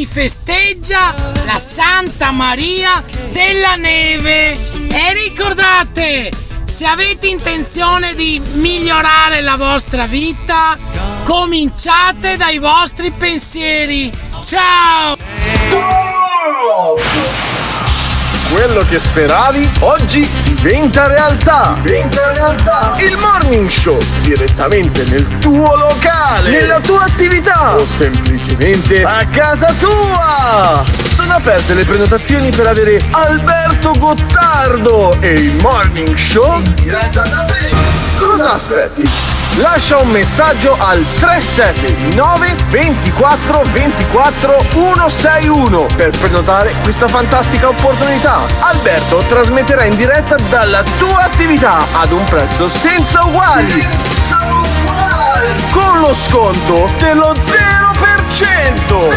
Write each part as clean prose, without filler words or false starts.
festeggia la Santa Maria della Neve. E ricordate, se avete intenzione di migliorare la vostra vita, cominciate dai vostri pensieri. Ciao! Quello che speravi oggi diventa realtà. Il Morning Show direttamente nel tuo locale, nella tua attività o semplicemente a casa tua. Sono aperte le prenotazioni per avere Alberto Gottardo e il Morning Show in diretta da te. Cosa aspetti? Lascia un messaggio al 379 24 24 161 per prenotare questa fantastica opportunità. Alberto trasmetterà in diretta dalla tua attività ad un prezzo senza uguali. Con lo sconto dello 0%.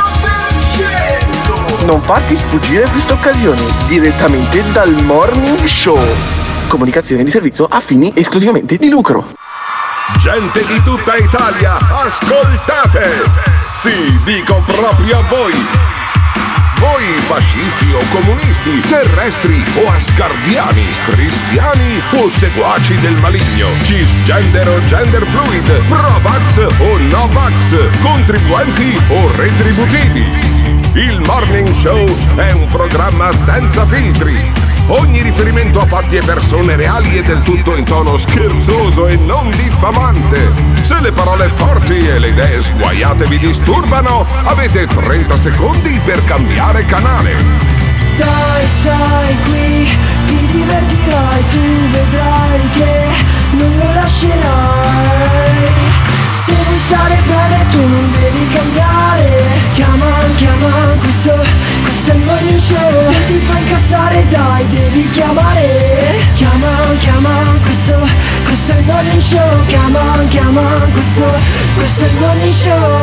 Non farti sfuggire questa occasione direttamente dal Morning Show. Comunicazione di servizio a fini esclusivamente di lucro. Gente di tutta Italia, ascoltate! Sì, dico proprio a voi! Voi fascisti o comunisti, terrestri o asgardiani, cristiani o seguaci del maligno, cisgender o gender fluid, pro-vax o no-vax, contribuenti o retributivi. Il Morning Show è un programma senza filtri. Ogni riferimento a fatti e persone reali è del tutto in tono scherzoso e non diffamante. Se le parole forti e le idee sguaiate vi disturbano, avete 30 secondi per cambiare canale. Dai, stai qui, ti divertirai, tu vedrai che non lo lascerai. Se vuoi stare bene tu non devi cambiare. Chiama, questo è il Morning Show. Se ti fa incazzare dai, devi chiamare. Chiama, questo è il Morning Show. Chiama, questo è il Morning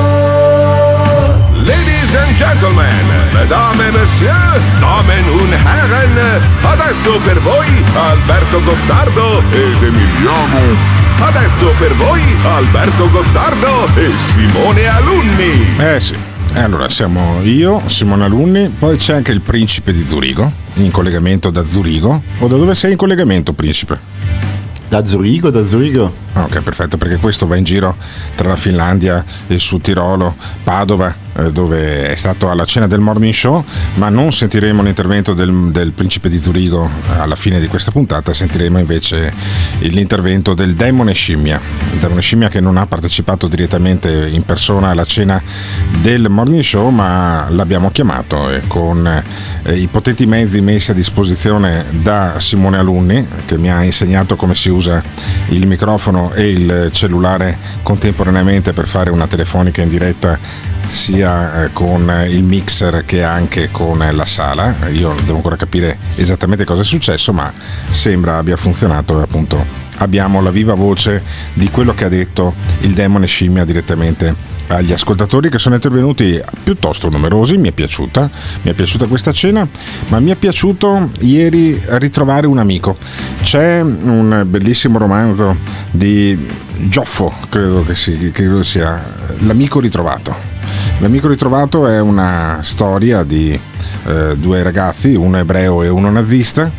Show. Ladies and gentlemen, mesdames et messieurs, damen und herren, adesso per voi Alberto Gottardo ed Emiliano. Adesso per voi Alberto Gottardo e Simone Alunni. Sì. Allora siamo io, Simone Alunni, poi c'è anche il principe di Zurigo, in collegamento da Zurigo. O da dove sei in collegamento, principe? Da Zurigo. Ok, perfetto, perché questo va in giro tra la Finlandia, il Sud Tirolo, Padova, dove è stato alla cena del Morning Show, ma non sentiremo l'intervento del principe di Zurigo alla fine di questa puntata, sentiremo invece l'intervento del Demone Scimmia. Il Demone Scimmia che non ha partecipato direttamente in persona alla cena del Morning Show, ma l'abbiamo chiamato e con i potenti mezzi messi a disposizione da Simone Alunni, che mi ha insegnato come si usa il microfono e il cellulare contemporaneamente per fare una telefonica in diretta sia con il mixer che anche con la sala. Io devo ancora capire esattamente cosa è successo, ma sembra abbia funzionato e appunto abbiamo la viva voce di quello che ha detto il Demone Scimmia direttamente agli ascoltatori, che sono intervenuti piuttosto numerosi. Mi è piaciuta questa cena, ma mi è piaciuto ieri ritrovare un amico. C'è un bellissimo romanzo di Gioffo, credo sia L'amico ritrovato. L'amico ritrovato è una storia di due ragazzi, uno ebreo e uno nazista,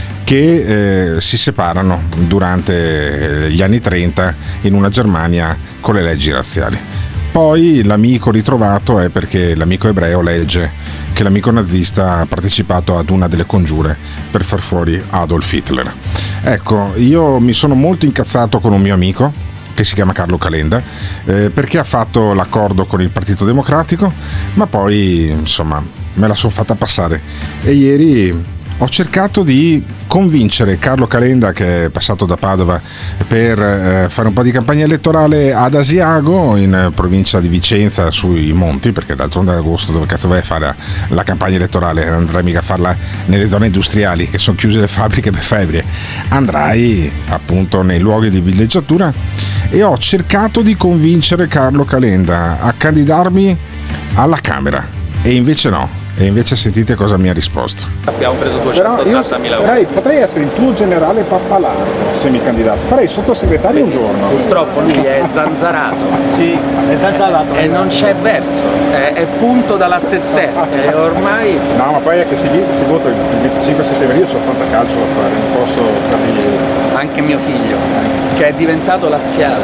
che si separano durante gli anni 30 in una Germania con le leggi razziali. Poi l'amico ritrovato è perché l'amico ebreo legge che l'amico nazista ha partecipato ad una delle congiure per far fuori Adolf Hitler. Ecco, io mi sono molto incazzato con un mio amico che si chiama Carlo Calenda, perché ha fatto l'accordo con il Partito Democratico, ma poi insomma me la sono fatta passare. E ieri ho cercato di convincere Carlo Calenda, che è passato da Padova per fare un po' di campagna elettorale ad Asiago, in provincia di Vicenza, sui monti, perché d'altronde ad agosto dove cazzo vai a fare la campagna elettorale? Non andrai mica a farla nelle zone industriali che sono chiuse le fabbriche per febbre, andrai appunto nei luoghi di villeggiatura. E ho cercato di convincere Carlo Calenda a candidarmi alla Camera, e invece no, e invece sentite cosa mi ha risposto. Abbiamo preso 280.000 euro. Potrei essere il tuo generale pappalato se mi candidassi. Farei sottosegretario un giorno. Purtroppo lui è zanzarato. Sì, è zanzarato. E non c'è verso, è punto dalla ZZ. Ormai. No, ma poi è che si vota il 25 settembre, io ho fantacalcio da fare, non posso starmi. Anche mio figlio, che è diventato laziale.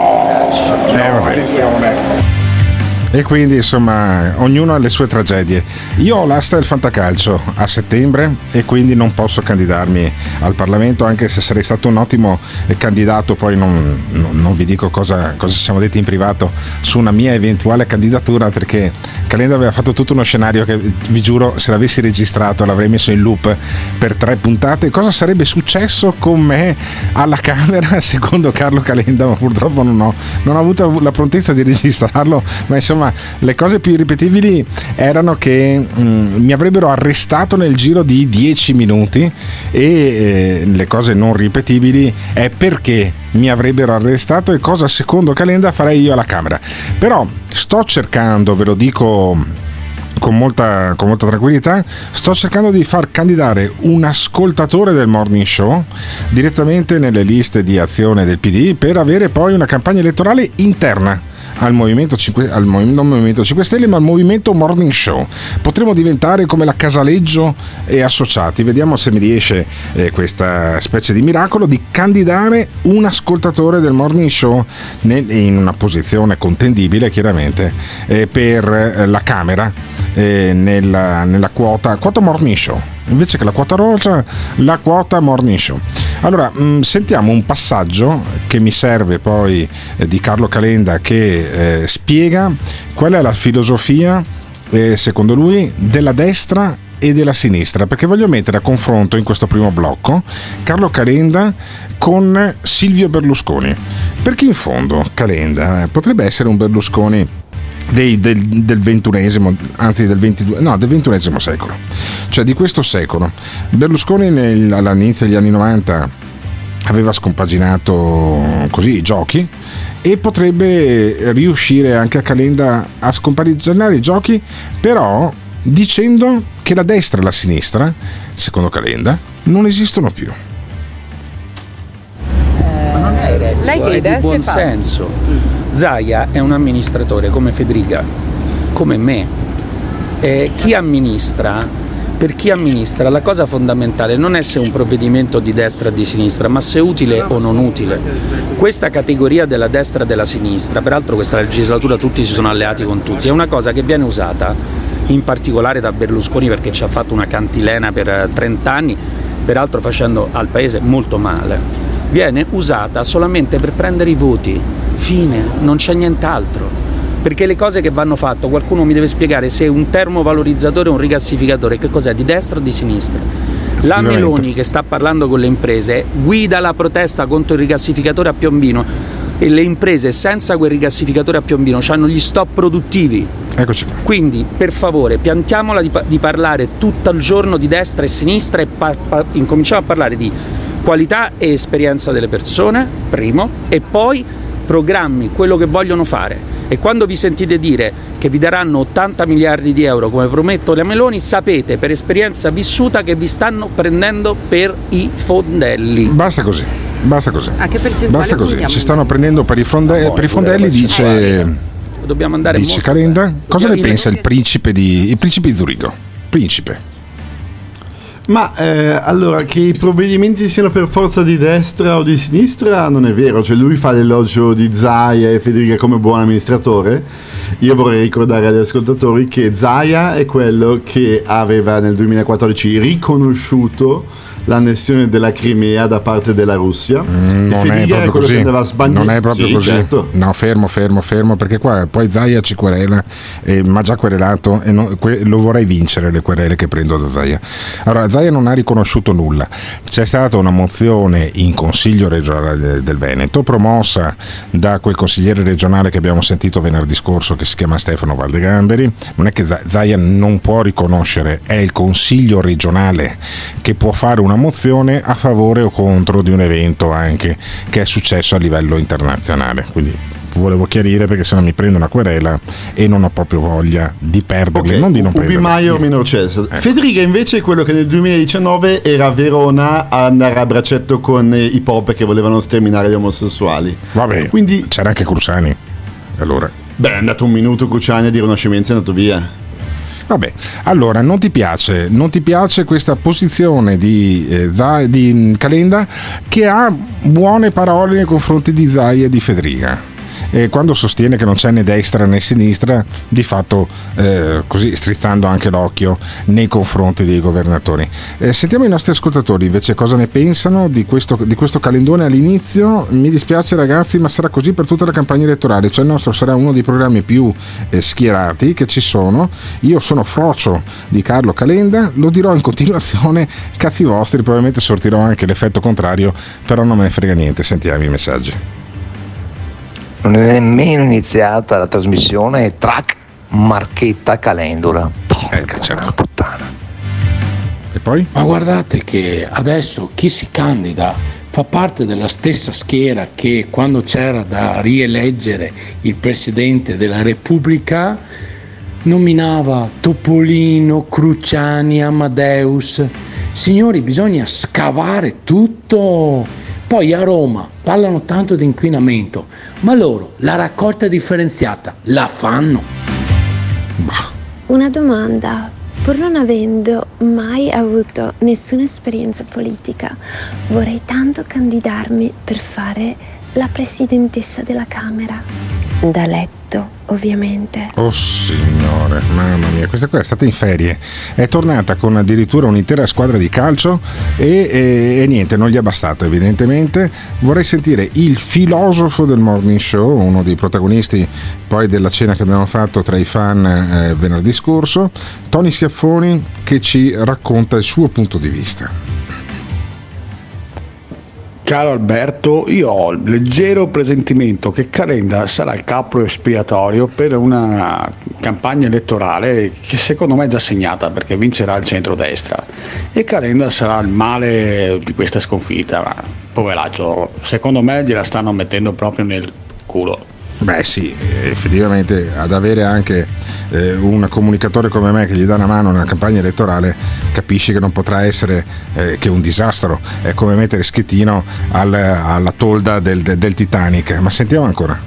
Vabbè. E quindi insomma ognuno ha le sue tragedie. Io ho l'asta del fantacalcio a settembre e quindi non posso candidarmi al Parlamento, anche se sarei stato un ottimo candidato. Poi non vi dico cosa ci siamo detti in privato su una mia eventuale candidatura, perché Calenda aveva fatto tutto uno scenario che vi giuro, se l'avessi registrato l'avrei messo in loop per 3 puntate. Cosa sarebbe successo con me alla Camera secondo Carlo Calenda, ma purtroppo non ho avuto la prontezza di registrarlo. Ma insomma le cose più irripetibili erano che mi avrebbero arrestato nel giro di 10 minuti e le cose non ripetibili è perché mi avrebbero arrestato e cosa secondo Calenda farei io alla Camera. Però sto cercando, ve lo dico con molta tranquillità, sto cercando di far candidare un ascoltatore del Morning Show direttamente nelle liste di azione del PD per avere poi una campagna elettorale interna al Movimento 5 Stelle, ma al Movimento Morning Show. Potremmo diventare come la Casaleggio e associati. Vediamo se mi riesce questa specie di miracolo di candidare un ascoltatore del Morning Show in una posizione contendibile chiaramente per la Camera nella quota Morning Show. Invece che la quota rosa, la quota Morning Show. Allora, sentiamo un passaggio che mi serve poi di Carlo Calenda che spiega qual è la filosofia, secondo lui, della destra e della sinistra, perché voglio mettere a confronto in questo primo blocco Carlo Calenda con Silvio Berlusconi, perché in fondo Calenda potrebbe essere un Berlusconi del ventunesimo, anzi del ventunesimo secolo, cioè di questo secolo. Berlusconi all'inizio degli anni 90 aveva scompaginato così i giochi e potrebbe riuscire anche a Calenda a scompaginare i giochi, però dicendo che la destra e la sinistra, secondo Calenda, non esistono più. Ma non è lei che idea di buon senso. Zaia è un amministratore come Federica, come me. Chi amministra, per chi amministra, la cosa fondamentale non è se un provvedimento di destra o di sinistra, ma se è utile o non utile. Questa categoria della destra e della sinistra, peraltro questa legislatura tutti si sono alleati con tutti, è una cosa che viene usata in particolare da Berlusconi perché ci ha fatto una cantilena per 30 anni, peraltro facendo al paese molto male. Viene usata solamente per prendere i voti. Fine, non c'è nient'altro, perché le cose che vanno fatte, qualcuno mi deve spiegare se un termovalorizzatore o un rigassificatore che cos'è, di destra o di sinistra. La Meloni che sta parlando con le imprese guida la protesta contro il rigassificatore a Piombino e le imprese senza quel rigassificatore a Piombino hanno gli stop produttivi. Eccoci qua. Quindi per favore piantiamola di parlare tutto il giorno di destra e sinistra e incominciamo a parlare di qualità e esperienza delle persone, primo, e poi programmi, quello che vogliono fare. E quando vi sentite dire che vi daranno 80 miliardi di euro come promette la Meloni, sapete per esperienza vissuta che vi stanno prendendo per i fondelli. Basta così. Basta così. Ci stanno prendendo per i fondelli, dice dobbiamo andare dice Calenda. Cosa ne pensa il principe di Zurigo? Principe. Ma allora, che i provvedimenti siano per forza di destra o di sinistra non è vero, cioè lui fa l'elogio di Zaia e Federica come buon amministratore. Io vorrei ricordare agli ascoltatori che Zaia è quello che aveva nel 2014 riconosciuto l'annessione della Crimea da parte della Russia. Non è proprio così. Non è proprio così. Certo. No, fermo, perché qua poi Zaia ci querela, ma già querelato e lo vorrei vincere le querele che prendo da Zaia. Allora, Zaia non ha riconosciuto nulla. C'è stata una mozione in Consiglio regionale del Veneto promossa da quel consigliere regionale che abbiamo sentito venerdì scorso che si chiama Stefano Valdegamberi. Non è che Zaia non può riconoscere, è il Consiglio regionale che può fare una mozione a favore o contro di un evento anche che è successo a livello internazionale, quindi volevo chiarire perché sennò mi prendo una querela e non ho proprio voglia di perderli, non di non Ubi prenderli. Maior minor Cesar. Federica invece è quello che nel 2019 era a Verona a andare a braccetto con i pop che volevano sterminare gli omosessuali. Vabbè, quindi c'era anche Cruciani. Allora. Beh, è andato un minuto Cruciani a dire una scemenza e è andato via. Vabbè, allora non ti piace questa posizione di Calenda, che ha buone parole nei confronti di Zaia e di Federica. E quando sostiene che non c'è né destra né sinistra, di fatto così strizzando anche l'occhio nei confronti dei governatori. Sentiamo i nostri ascoltatori invece cosa ne pensano di questo calendone all'inizio. Mi dispiace ragazzi, ma sarà così per tutta la campagna elettorale, cioè il nostro sarà uno dei programmi più schierati che ci sono. Io sono frocio di Carlo Calenda, lo dirò in continuazione, cazzi vostri, probabilmente sortirò anche l'effetto contrario, però non me ne frega niente. Sentiamo i messaggi. Non è nemmeno iniziata la trasmissione e track marchetta Calendula. Porca certo. puttana. E poi? Ma guardate che adesso chi si candida fa parte della stessa schiera che quando c'era da rieleggere il Presidente della Repubblica nominava Topolino, Cruciani, Amadeus. Signori, bisogna scavare tutto. Poi a Roma parlano tanto di inquinamento, ma loro la raccolta differenziata la fanno? Una domanda. Pur non avendo mai avuto nessuna esperienza politica, vorrei tanto candidarmi per fare la presidentessa della Camera. Da letto, ovviamente. Oh signore, mamma mia, questa qua è stata in ferie, è tornata con addirittura un'intera squadra di calcio e niente, non gli è bastato evidentemente. Vorrei sentire il filosofo del Morning Show, uno dei protagonisti poi della cena che abbiamo fatto tra i fan venerdì scorso, Tony Schiaffoni, che ci racconta il suo punto di vista. Caro Alberto, io ho il leggero presentimento che Calenda sarà il capro espiatorio per una campagna elettorale che secondo me è già segnata perché vincerà il centrodestra e Calenda sarà il male di questa sconfitta. Ma, poveraccio, secondo me gliela stanno mettendo proprio nel culo. Beh sì, effettivamente ad avere anche un comunicatore come me che gli dà una mano nella campagna elettorale, capisci che non potrà essere che un disastro. È come mettere Schettino alla tolda del Titanic. Ma sentiamo ancora.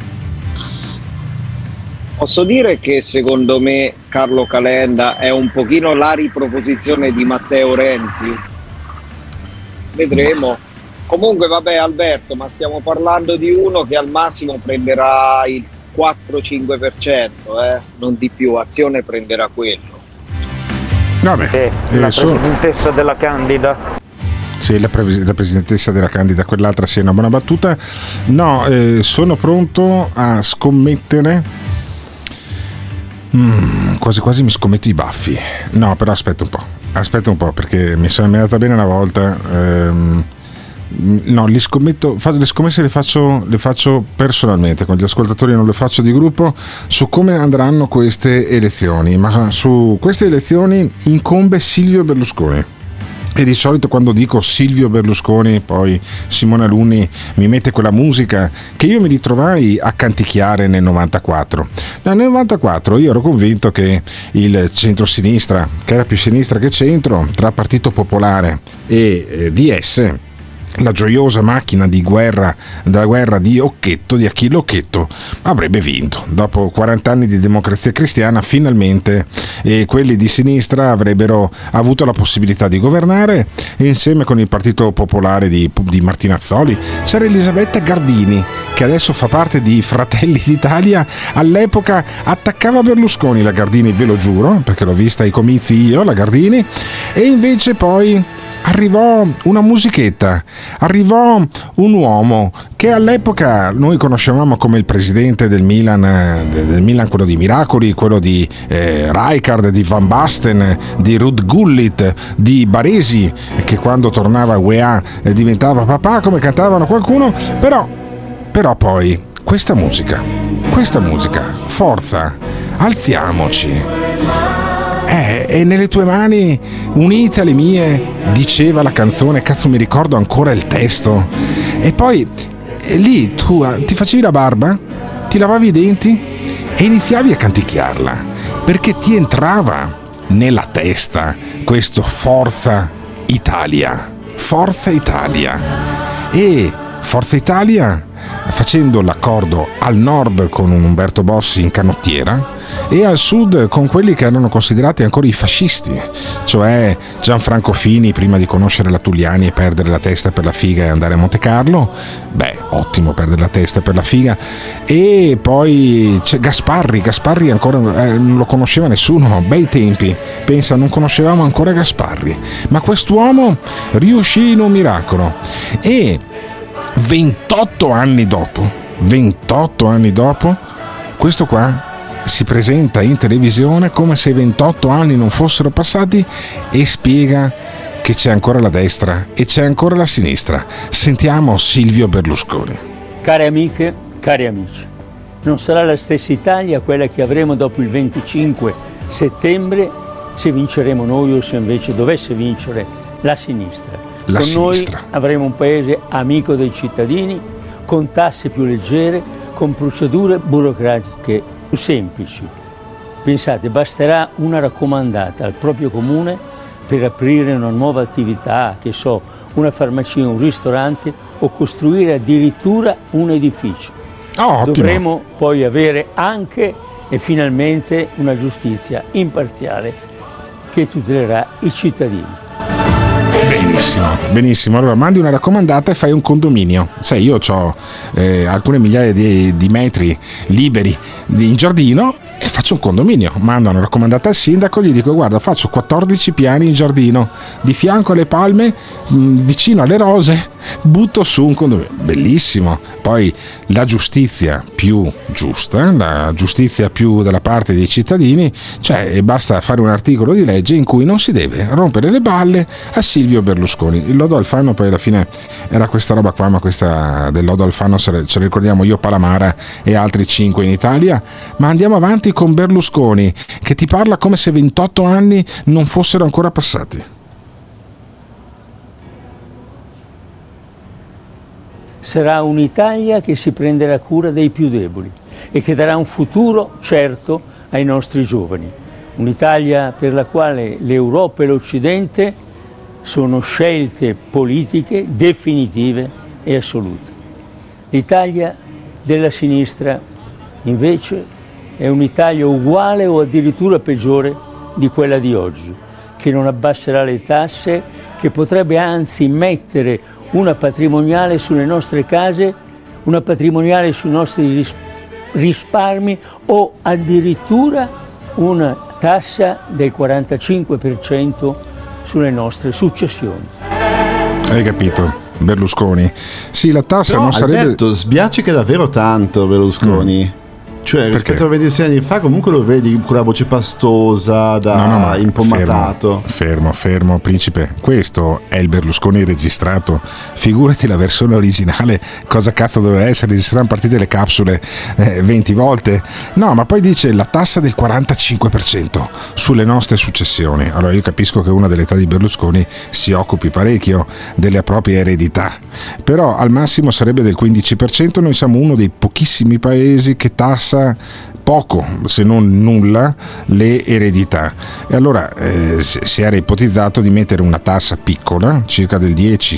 Posso dire che secondo me Carlo Calenda è un pochino la riproposizione di Matteo Renzi? Vedremo. Comunque vabbè Alberto, ma stiamo parlando di uno che al massimo prenderà il 4-5%, non di più. Azione prenderà quello. Vabbè, la presidentessa della Candida. Sì, la presidentessa della Candida, quell'altra sì è una buona battuta. No, sono pronto a scommettere. Quasi quasi mi scommetto i baffi. No, però aspetta un po' perché mi è andata bene una volta. No, le scommesse le faccio personalmente con gli ascoltatori, non le faccio di gruppo su come andranno queste elezioni, ma su queste elezioni incombe Silvio Berlusconi. E di solito quando dico Silvio Berlusconi poi Simone Alunni mi mette quella musica che io mi ritrovai a canticchiare nel 94. Nel 94 io ero convinto che il centrosinistra, che era più sinistra che centro, tra Partito Popolare e DS, la gioiosa macchina di guerra di Occhetto, di Achille Occhetto, avrebbe vinto. Dopo 40 anni di democrazia cristiana finalmente quelli di sinistra avrebbero avuto la possibilità di governare e insieme con il Partito Popolare di Martinazzoli c'era Elisabetta Gardini, che adesso fa parte di Fratelli d'Italia. All'epoca attaccava Berlusconi la Gardini, ve lo giuro, perché l'ho vista ai comizi io, la Gardini, e invece poi arrivò una musichetta, arrivò un uomo che all'epoca noi conoscevamo come il presidente del Milan, quello di Miracoli, quello di Rijkaard, di Van Basten, di Ruud Gullit, di Baresi, che quando tornava a UEA diventava papà, come cantavano qualcuno, però poi questa musica, forza, alziamoci. E nelle tue mani unite alle mie, diceva la canzone, cazzo mi ricordo ancora il testo. E poi lì tu ti facevi la barba, ti lavavi i denti e iniziavi a canticchiarla, perché ti entrava nella testa questo Forza Italia. Forza Italia. E Forza Italia, facendo l'accordo al nord con un Umberto Bossi in canottiera e al sud con quelli che erano considerati ancora i fascisti, cioè Gianfranco Fini prima di conoscere la Tulliani e perdere la testa per la figa e andare a Monte Carlo. Ottimo perdere la testa per la figa. E poi c'è Gasparri ancora non lo conosceva nessuno, bei tempi, pensa, non conoscevamo ancora Gasparri, ma quest'uomo riuscì in un miracolo. E 28 anni dopo, questo qua si presenta in televisione come se 28 anni non fossero passati e spiega che c'è ancora la destra e c'è ancora la sinistra. Sentiamo Silvio Berlusconi. Care amiche, cari amici, non sarà la stessa Italia quella che avremo dopo il 25 settembre se vinceremo noi o se invece dovesse vincere la sinistra. Con noi avremo un paese amico dei cittadini, con tasse più leggere, con procedure burocratiche più semplici. Pensate, basterà una raccomandata al proprio comune per aprire una nuova attività, che so, una farmacia, un ristorante o costruire addirittura un edificio. Dovremo poi avere anche e finalmente una giustizia imparziale che tutelerà i cittadini. Benissimo, allora mandi una raccomandata e fai un condominio. Sai, io ho alcune migliaia di metri liberi in giardino e faccio un condominio. Mando una raccomandata al sindaco, gli dico: guarda, faccio 14 piani in giardino, di fianco alle palme, vicino alle rose, butto su un condominio. Bellissimo. Poi la giustizia più giusta, la giustizia più dalla parte dei cittadini, cioè basta fare un articolo di legge in cui non si deve rompere le balle a Silvio Berlusconi. Il lodo Alfano poi alla fine era questa roba qua, ma questa del lodo Alfano ce la ricordiamo io, Palamara e altri 5 in Italia. Ma andiamo avanti con Berlusconi, che ti parla come se 28 anni non fossero ancora passati. Sarà un'Italia che si prenderà cura dei più deboli e che darà un futuro certo ai nostri giovani. Un'Italia per la quale l'Europa e l'Occidente sono scelte politiche definitive e assolute. L'Italia della sinistra, invece, è un'Italia uguale o addirittura peggiore di quella di oggi, che non abbasserà le tasse, che potrebbe anzi mettere una patrimoniale sulle nostre case, una patrimoniale sui nostri risparmi o addirittura una tassa del 45% sulle nostre successioni. Hai capito, Berlusconi? Sì, la tassa non sarebbe... Alberto, sbiacica davvero tanto Berlusconi. Cioè, rispetto a 26 anni fa, comunque lo vedi con la voce pastosa, da impommatato. Fermo, principe. Questo è il Berlusconi registrato. Figurati la versione originale, cosa cazzo doveva essere? Si saranno partite le capsule 20 volte. No, ma poi dice la tassa del 45% sulle nostre successioni. Allora io capisco che una delle età di Berlusconi si occupi parecchio delle proprie eredità, però al massimo sarebbe del 15%. Noi siamo uno dei pochissimi paesi che tassa poco, se non nulla, le eredità. E allora si era ipotizzato di mettere una tassa piccola, circa del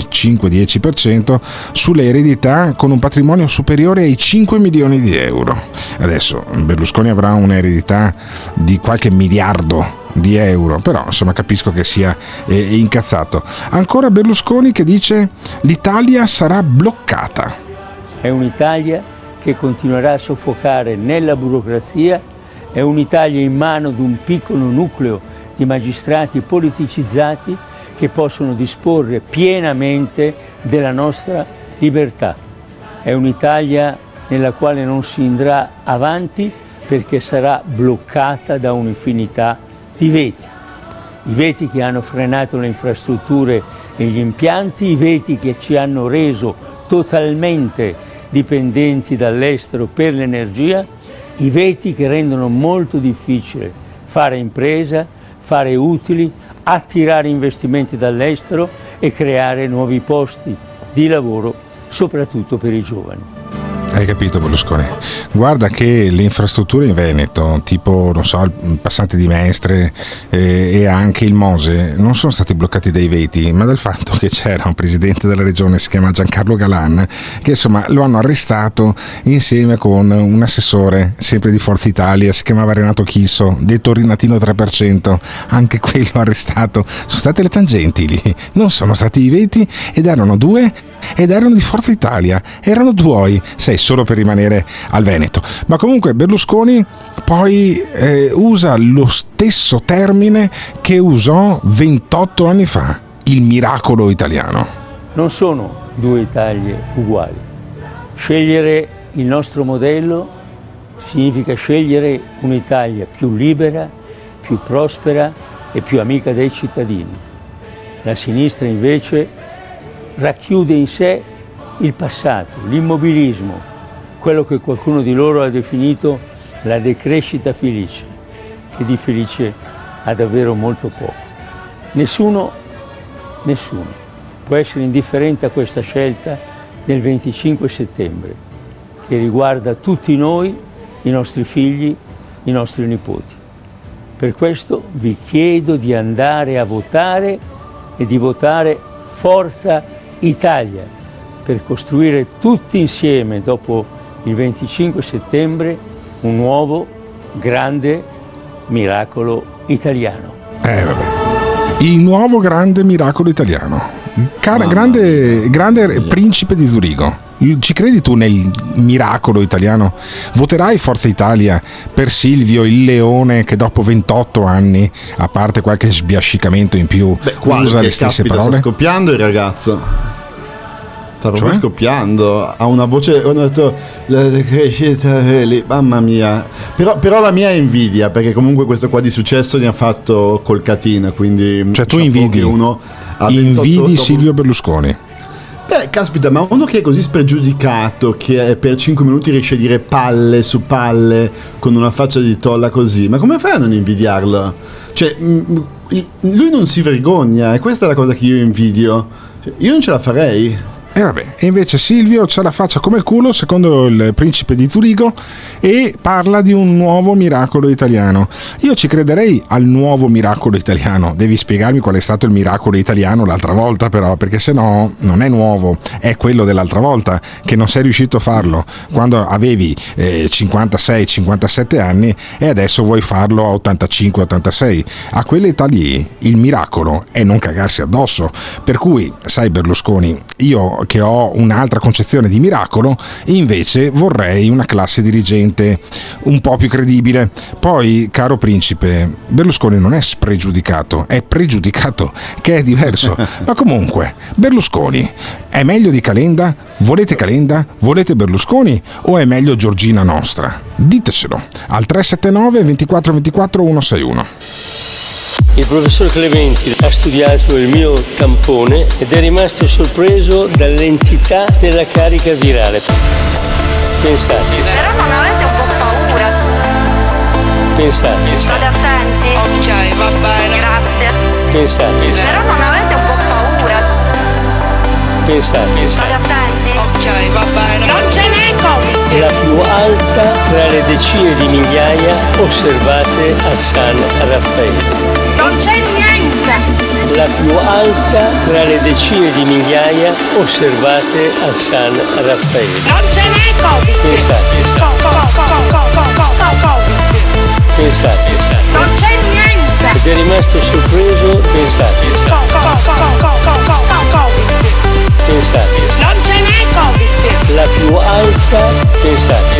5-10% sulle eredità con un patrimonio superiore ai 5 milioni di euro. Adesso Berlusconi avrà un'eredità di qualche miliardo di euro, però insomma capisco che sia incazzato. Ancora Berlusconi che dice: l'Italia sarà bloccata. È un'Italia che continuerà a soffocare nella burocrazia, è un'Italia in mano ad un piccolo nucleo di magistrati politicizzati che possono disporre pienamente della nostra libertà. È un'Italia nella quale non si andrà avanti perché sarà bloccata da un'infinità di veti. I veti che hanno frenato le infrastrutture e gli impianti, i veti che ci hanno reso totalmente dipendenti dall'estero per l'energia, i veti che rendono molto difficile fare impresa, fare utili, attirare investimenti dall'estero e creare nuovi posti di lavoro, soprattutto per i giovani. Hai capito, Berlusconi? Guarda che le infrastrutture in Veneto, tipo, non so, il passante di Mestre e anche il Mose, non sono stati bloccati dai veti, ma dal fatto che c'era un presidente della regione, si chiama Giancarlo Galan, che insomma lo hanno arrestato insieme con un assessore, sempre di Forza Italia, si chiamava Renato Chisso, detto Rinatino 3%, anche quello arrestato. Sono state le tangenti lì, non sono stati i veti, ed erano due, ed erano di Forza Italia, erano tuoi, sei solo per rimanere al Veneto. Ma comunque Berlusconi poi usa lo stesso termine che usò 28 anni fa, il miracolo italiano. Non sono due Italie uguali. Scegliere il nostro modello significa scegliere un'Italia più libera, più prospera e più amica dei cittadini. La sinistra invece racchiude in sé il passato, l'immobilismo, quello che qualcuno di loro ha definito la decrescita felice, che di felice ha davvero molto poco. Nessuno può essere indifferente a questa scelta del 25 settembre, che riguarda tutti noi, i nostri figli, i nostri nipoti. Per questo vi chiedo di andare a votare e di votare Forza Italia, per costruire tutti insieme, dopo il 25 settembre, un nuovo grande miracolo italiano. Il nuovo grande miracolo italiano. Grande principe di Zurigo. Ci credi tu nel miracolo italiano? Voterai Forza Italia per Silvio il leone che dopo 28 anni, a parte qualche sbiascicamento in più, usa le stesse parole? Sta scoppiando il ragazzo. Sta proprio scoppiando, ha una voce, ho detto, mamma mia. Però la mia è invidia, perché comunque questo qua di successo ne ha fatto col catino, quindi cioè tu invidi Silvio Berlusconi. Beh, caspita, ma uno che è così spregiudicato, che per 5 minuti riesce a dire palle su palle con una faccia di tolla così, ma come fai a non invidiarlo? Cioè, lui non si vergogna, e questa è la cosa che io invidio. Cioè, io non ce la farei. E vabbè, e invece Silvio c'ha la faccia come il culo, secondo il principe di Zurigo, e parla di un nuovo miracolo italiano. Io ci crederei al nuovo miracolo italiano. Devi spiegarmi qual è stato il miracolo italiano l'altra volta, però, perché se no non è nuovo, è quello dell'altra volta che non sei riuscito a farlo quando avevi 56-57 anni, e adesso vuoi farlo a 85-86. A quell'età lì il miracolo è non cagarsi addosso. Per cui, sai Berlusconi, io che ho un'altra concezione di miracolo, invece vorrei una classe dirigente un po' più credibile. Poi, caro principe, Berlusconi non è spregiudicato, è pregiudicato, che è diverso. Ma comunque, Berlusconi è meglio di Calenda? Volete Calenda? Volete Berlusconi? O è meglio Giorgina Nostra? Ditecelo al 379 24 24 161. Il professor Clementi ha studiato il mio tampone ed è rimasto sorpreso dall'entità della carica virale. Pensate. Però non avete un po' paura. Pensate. State attenti. Ok, va bene. Grazie. Pensate. Però non avete un po' paura. Pensate. State attenti. Ok, va bene. Non ce n'è Covid. La più alta tra le decine di migliaia osservate a San Raffaele. Non c'è niente! La più alta tra le decine di migliaia osservate a San Raffaele. Non ce n'è Covid! Pensate. Pensate. Non c'è niente! Ed è rimasto sorpreso, pensate. Pensate. Non ce n'è Covid! La più alta, pensate.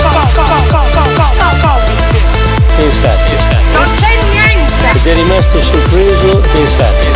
Pensate. Non c'è niente! Ed è rimasto sorpreso, pensate.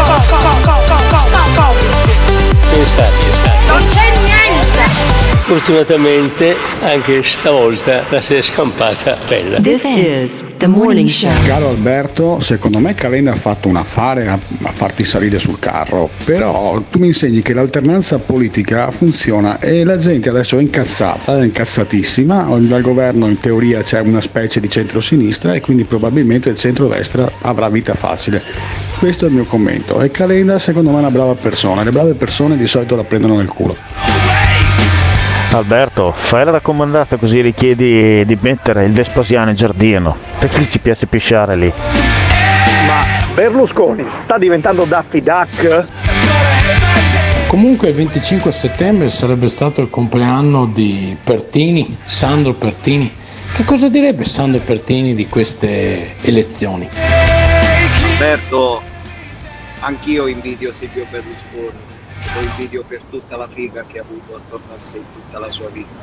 Pensate. Non c'è niente! Fortunatamente anche stavolta la si è scampata bella. This is the morning show. Caro Alberto, secondo me Calenda ha fatto un affare a farti salire sul carro, però tu mi insegni che l'alternanza politica funziona e la gente adesso è incazzata, è incazzatissima. Dal governo in teoria c'è una specie di centro-sinistra e quindi probabilmente il centro-destra avrà vita facile. Questo è il mio commento. E Calenda secondo me è una brava persona, le brave persone di solito la prendono nel culo. Alberto, fai la raccomandata così richiedi di mettere il Vespasiano in giardino, perché ci piace pisciare lì. Ma Berlusconi sta diventando Daffy Duck? Comunque il 25 settembre sarebbe stato il compleanno di Pertini, Sandro Pertini. Che cosa direbbe Sandro Pertini di queste elezioni? Alberto, anch'io invidio Silvio Berlusconi, lo invidio per tutta la figa che ha avuto attorno a sé tutta la sua vita.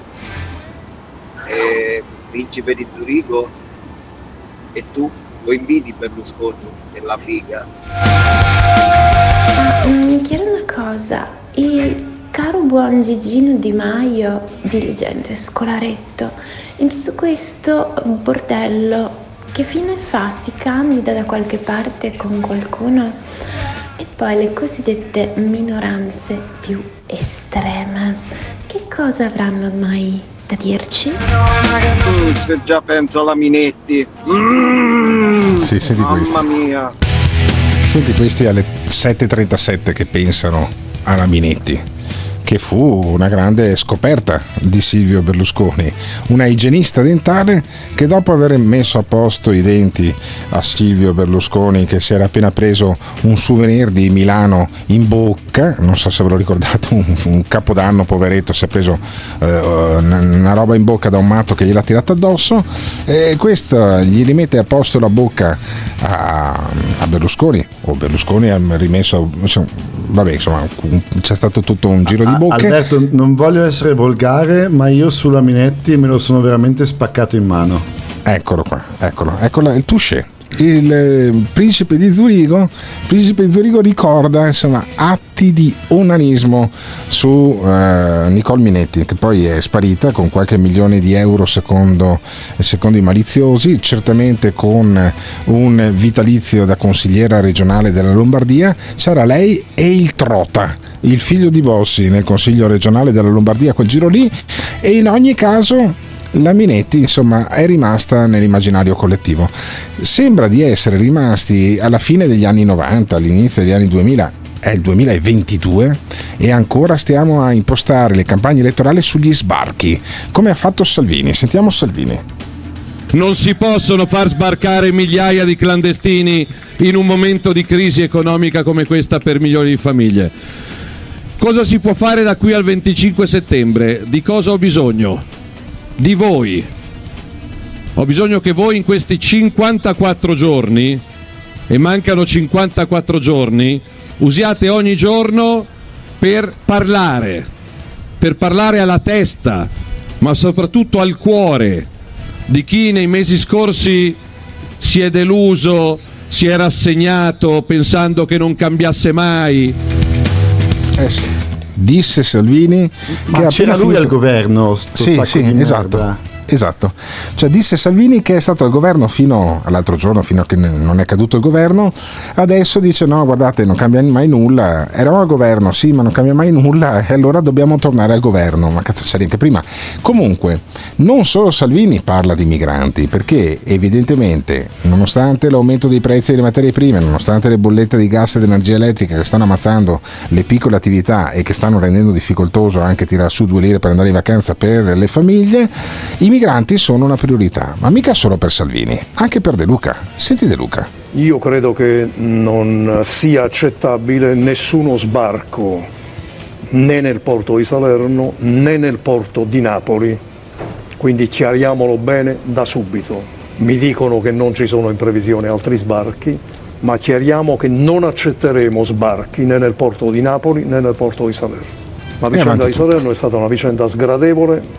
E Principe di Zurigo, e tu lo invidi Berlusconi per la figa? Mi chiedo una cosa, il caro buon Gigino Di Maio, diligente scolaretto, in tutto questo bordello, che fine fa? Si candida da qualche parte con qualcuno? E poi le cosiddette minoranze più estreme, che cosa avranno mai da dirci? Se già penso alla Minetti. Sì, senti mamma questi. Mia. Senti questi alle 7:37 che pensano alla Minetti, che fu una grande scoperta di Silvio Berlusconi, una igienista dentale che dopo aver messo a posto i denti a Silvio Berlusconi, che si era appena preso un souvenir di Milano in bocca, non so se ve lo ricordate, un capodanno, poveretto, si è preso una roba in bocca da un matto che gliel'ha tirata addosso, e questo gli rimette a posto la bocca a Berlusconi, o Berlusconi ha rimesso, vabbè, insomma, c'è stato tutto un giro di bocche. Alberto, non voglio essere volgare, ma io sulla Minetti me lo sono veramente spaccato in mano. Eccolo qua, eccolo il touché. Il principe di Zurigo ricorda, insomma, atti di onanismo su Nicole Minetti, che poi è sparita con qualche milione di euro secondo i maliziosi, certamente con un vitalizio da consigliera regionale della Lombardia. C'era lei e il Trota, il figlio di Bossi, nel consiglio regionale della Lombardia, quel giro lì, e in ogni caso la Minetti, insomma, è rimasta nell'immaginario collettivo. Sembra di essere rimasti alla fine degli anni 90, all'inizio degli anni 2000. È il 2022 e ancora stiamo a impostare le campagne elettorali sugli sbarchi, come ha fatto Salvini. Sentiamo Salvini. Non si possono far sbarcare migliaia di clandestini in un momento di crisi economica come questa per milioni di famiglie. Cosa si può fare da qui al 25 settembre? Di cosa ho bisogno? Di voi. Ho bisogno che voi in questi 54 giorni, e mancano 54 giorni, usiate ogni giorno per parlare alla testa, ma soprattutto al cuore di chi nei mesi scorsi si è deluso, si è rassegnato pensando che non cambiasse mai. Sì. Disse Salvini, ma che c'era lui al governo. Sì, esatto. Cioè, disse Salvini che è stato al governo fino all'altro giorno, fino a che non è caduto il governo. Adesso dice no, guardate, non cambia mai nulla, eravamo al governo, sì, ma non cambia mai nulla, e allora dobbiamo tornare al governo. Ma cazzo, c'era anche prima. Comunque, non solo Salvini parla di migranti, perché evidentemente, nonostante l'aumento dei prezzi delle materie prime, nonostante le bollette di gas ed energia elettrica che stanno ammazzando le piccole attività e che stanno rendendo difficoltoso anche tirare su 2 lire per andare in vacanza per le famiglie, i migranti sono una priorità, ma mica solo per Salvini, anche per De Luca. Senti De Luca. Io credo che non sia accettabile nessuno sbarco né nel porto di Salerno né nel porto di Napoli, quindi chiariamolo bene da subito. Mi dicono che non ci sono in previsione altri sbarchi, ma chiariamo che non accetteremo sbarchi né nel porto di Napoli né nel porto di Salerno. La vicenda di Salerno è stata una vicenda sgradevole,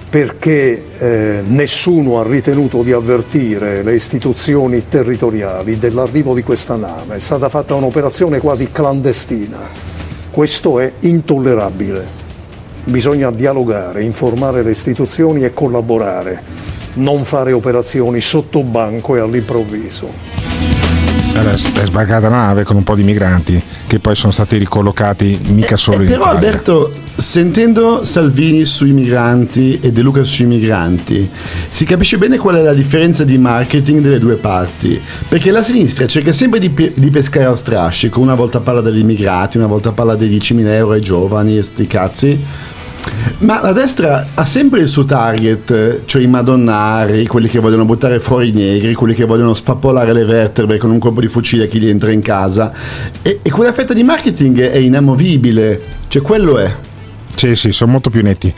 perché nessuno ha ritenuto di avvertire le istituzioni territoriali dell'arrivo di questa nave. È stata fatta un'operazione quasi clandestina. Questo è intollerabile. Bisogna dialogare, informare le istituzioni e collaborare, non fare operazioni sotto banco e all'improvviso. È sbarcata una nave con un po' di migranti che poi sono stati ricollocati mica solo in Italia. Però Alberto, sentendo Salvini sui migranti e De Luca sui migranti, si capisce bene qual è la differenza di marketing delle due parti, perché la sinistra cerca sempre di pescare a strascico, una volta parla degli immigrati, una volta parla dei 10.000 euro ai giovani e sti cazzi, Ma la destra ha sempre il suo target, cioè i madonnari, quelli che vogliono buttare fuori i negri, quelli che vogliono spappolare le vertebre con un colpo di fucile a chi gli entra in casa, e quella fetta di marketing è inamovibile, cioè quello è. Sì, sono molto più netti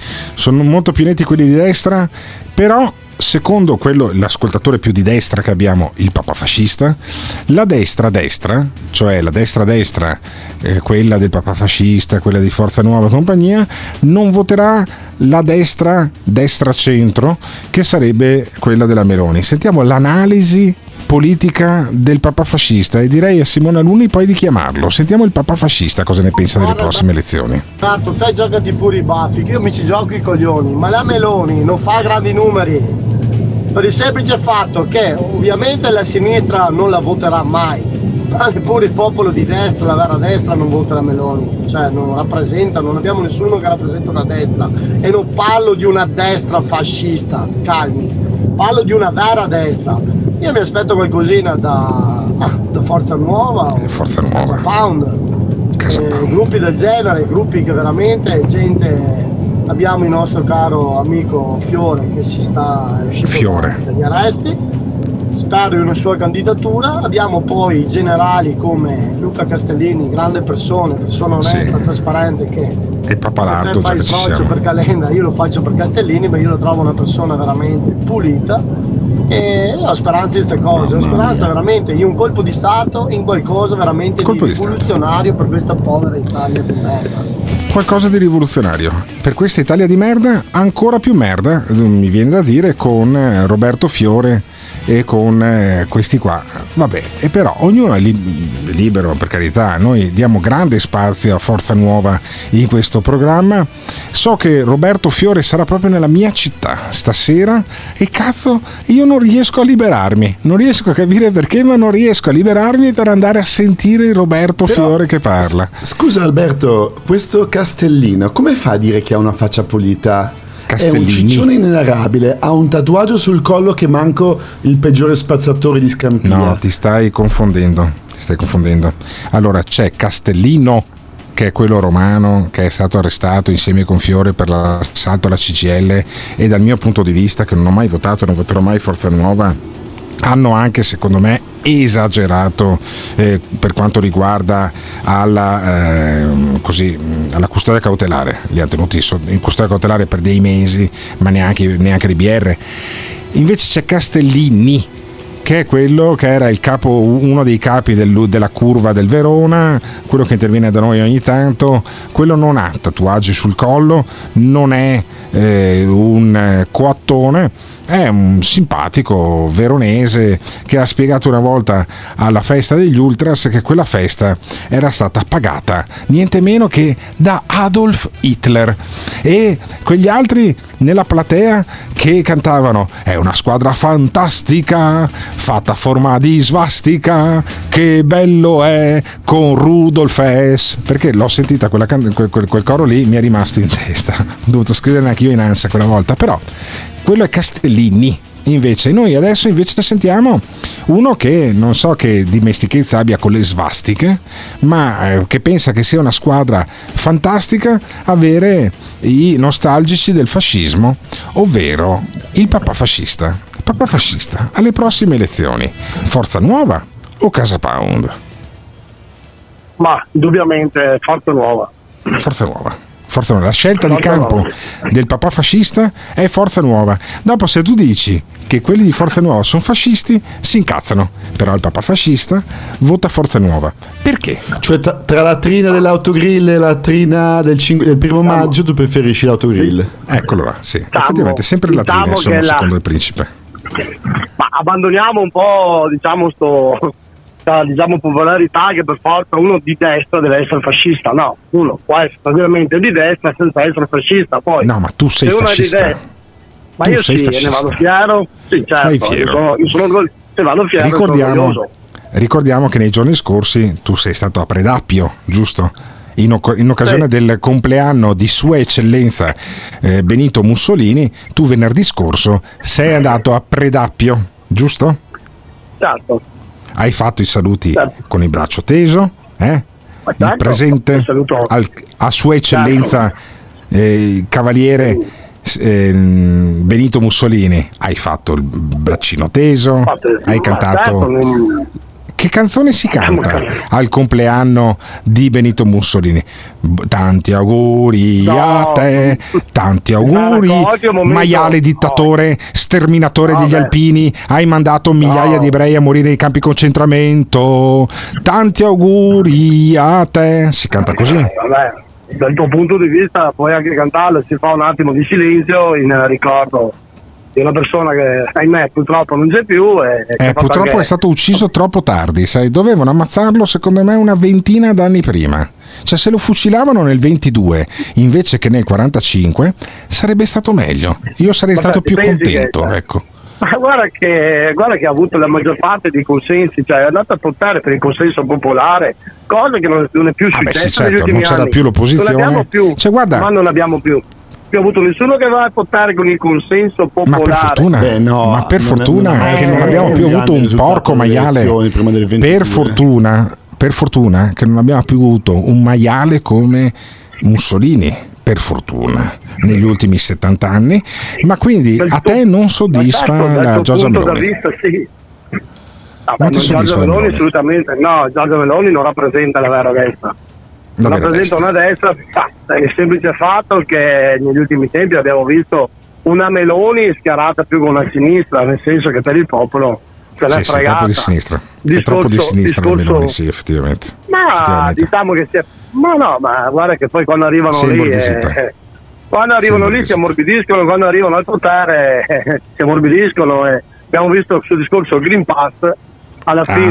quelli di destra, però secondo quello, l'ascoltatore più di destra che abbiamo, il papà fascista, la destra, cioè la destra, quella del papà fascista, quella di Forza Nuova e compagnia, non voterà la destra centro, che sarebbe quella della Meloni. Sentiamo l'analisi politica del papà fascista e direi a Simone Alunni poi di chiamarlo. Sentiamo il papà fascista cosa ne pensa delle prossime elezioni. Tanto te giocati pure i baffi, che io mi ci gioco i coglioni, ma la Meloni non fa grandi numeri per il semplice fatto che ovviamente la sinistra non la voterà mai, ma neppure il popolo di destra, la vera destra non vota la Meloni, cioè non rappresenta, non abbiamo nessuno che rappresenta una destra, e non parlo di una destra fascista, calmi, parlo di una vera destra. Io mi aspetto qualcosina da Forza Nuova, Casa Pound, gruppi del genere, gruppi che veramente gente. Abbiamo il nostro caro amico Fiore che si sta uscendo dagli arresti, spero in una sua candidatura. Abbiamo poi generali come Luca Castellini, grande persona onesta, trasparente, che e Papalardo, già che ci siamo. Per Calenda, io lo faccio per Castellini, ma io lo trovo una persona veramente pulita. E ho speranza di queste cose, ho speranza veramente in un colpo di stato, in qualcosa veramente di rivoluzionario per questa povera Italia di merda. Qualcosa di rivoluzionario per questa Italia di merda, ancora più merda, mi viene da dire, con Roberto Fiore e con questi qua. Vabbè, e però ognuno è libero, per carità, noi diamo grande spazio a Forza Nuova in questo programma. So che Roberto Fiore sarà proprio nella mia città stasera e cazzo, io non riesco a liberarmi, non riesco a capire perché, ma non riesco a liberarmi per andare a sentire il Roberto Fiore che parla. Scusa Alberto, questo Castellino come fa a dire che ha una faccia pulita? Castellini. È un ciccione inenarrabile, ha un tatuaggio sul collo che manco il peggiore spazzatore di Scampia. No, ti stai confondendo. Allora c'è Castellino, che è quello romano che è stato arrestato insieme con Fiore per l'assalto alla CGIL, e dal mio punto di vista, che non ho mai votato, non voterò mai Forza Nuova, hanno anche secondo me esagerato per quanto riguarda alla custodia cautelare. Li hanno tenuti in custodia cautelare per dei mesi, ma neanche di BR. Invece c'è Castellini, che è quello che era il capo, uno dei capi della curva del Verona, quello che interviene da noi ogni tanto. Quello non ha tatuaggi sul collo, non è un coattone, è un simpatico veronese che ha spiegato una volta alla festa degli Ultras che quella festa era stata pagata niente meno che da Adolf Hitler, e quegli altri nella platea che cantavano "è una squadra fantastica fatta a forma di svastica, che bello è con Rudolf Hess", perché l'ho sentita quel coro lì, mi è rimasto in testa, ho dovuto scriverne anche io in ansia quella volta. Però quello è Castellini. Invece noi adesso sentiamo uno che non so che dimestichezza abbia con le svastiche, ma che pensa che sia una squadra fantastica avere i nostalgici del fascismo, ovvero il papà fascista. Papà fascista alle prossime elezioni, Forza Nuova o Casa Pound? Ma indubbiamente Forza Nuova. La scelta di campo del papà fascista è Forza Nuova. Dopo, se tu dici che quelli di Forza Nuova sono fascisti, si incazzano. Però il papà fascista vota Forza Nuova. Perché? Cioè tra la trina dell'autogrill e la trina del 1 maggio tu preferisci l'autogrill? Eccolo là, sì. Effettivamente sempre la trina, insomma, secondo il principe. Ma abbandoniamo un po', popolarità che per forza uno di destra deve essere fascista. No, uno può essere tranquillamente di destra senza essere fascista. Poi no, ma tu sei fascista. Ma io sì, ne vado fiero. Sì, certo. Stai fiero. Se vado fiero. Ricordiamo che nei giorni scorsi tu sei stato a Predappio, giusto? In occasione del compleanno di Sua Eccellenza Benito Mussolini, tu venerdì scorso sei andato a Predappio, giusto? Certo. Hai fatto i saluti con il braccio teso, il presente a Sua Eccellenza cavaliere Benito Mussolini, hai fatto il braccino teso, hai cantato. Che canzone si canta al compleanno di Benito Mussolini? Tanti auguri a te, tanti auguri, maiale dittatore, sterminatore degli alpini, hai mandato migliaia di ebrei a morire nei campi di concentramento, tanti auguri a te. Si canta così? Vabbè, dal tuo punto di vista puoi anche cantarlo, si fa un attimo di silenzio in ricordo di una persona che, ahimè, purtroppo non c'è più. Purtroppo anche... è stato ucciso troppo tardi, sai, dovevano ammazzarlo secondo me una ventina d'anni prima. Cioè, se lo fucilavano nel 22 invece che nel 45 sarebbe stato meglio. Io sarei stato più contento, ecco. Ma guarda che ha avuto la maggior parte dei consensi, cioè è andato a portare per il consenso popolare, cosa che non è più successa. Sì, certo, negli ultimi non c'era anni. più l'opposizione. Non abbiamo più, cioè, guarda, ma non abbiamo più avuto nessuno che va a portare con il consenso popolare. Ma per fortuna, che non abbiamo più avuto un porco maiale. Per fortuna che non abbiamo più avuto un maiale come Mussolini, per fortuna, negli ultimi 70 anni. Ma quindi a te non soddisfa la Giorgia Meloni? Vista, sì. Non ti soddisfa Giorgia Meloni? Assolutamente no, Giorgia Meloni non rappresenta la vera destra. Rappresenta una destra, è il semplice fatto che negli ultimi tempi abbiamo visto una Meloni schierata più con la sinistra, nel senso che per il popolo se l'è fregata. È troppo di sinistra, è troppo di sinistra la Meloni, sì, effettivamente. Ma diciamo che ma guarda che poi quando arrivano lì si ammorbidiscono, quando arrivano al potere si ammorbidiscono, e abbiamo visto sul discorso Green Pass alla fine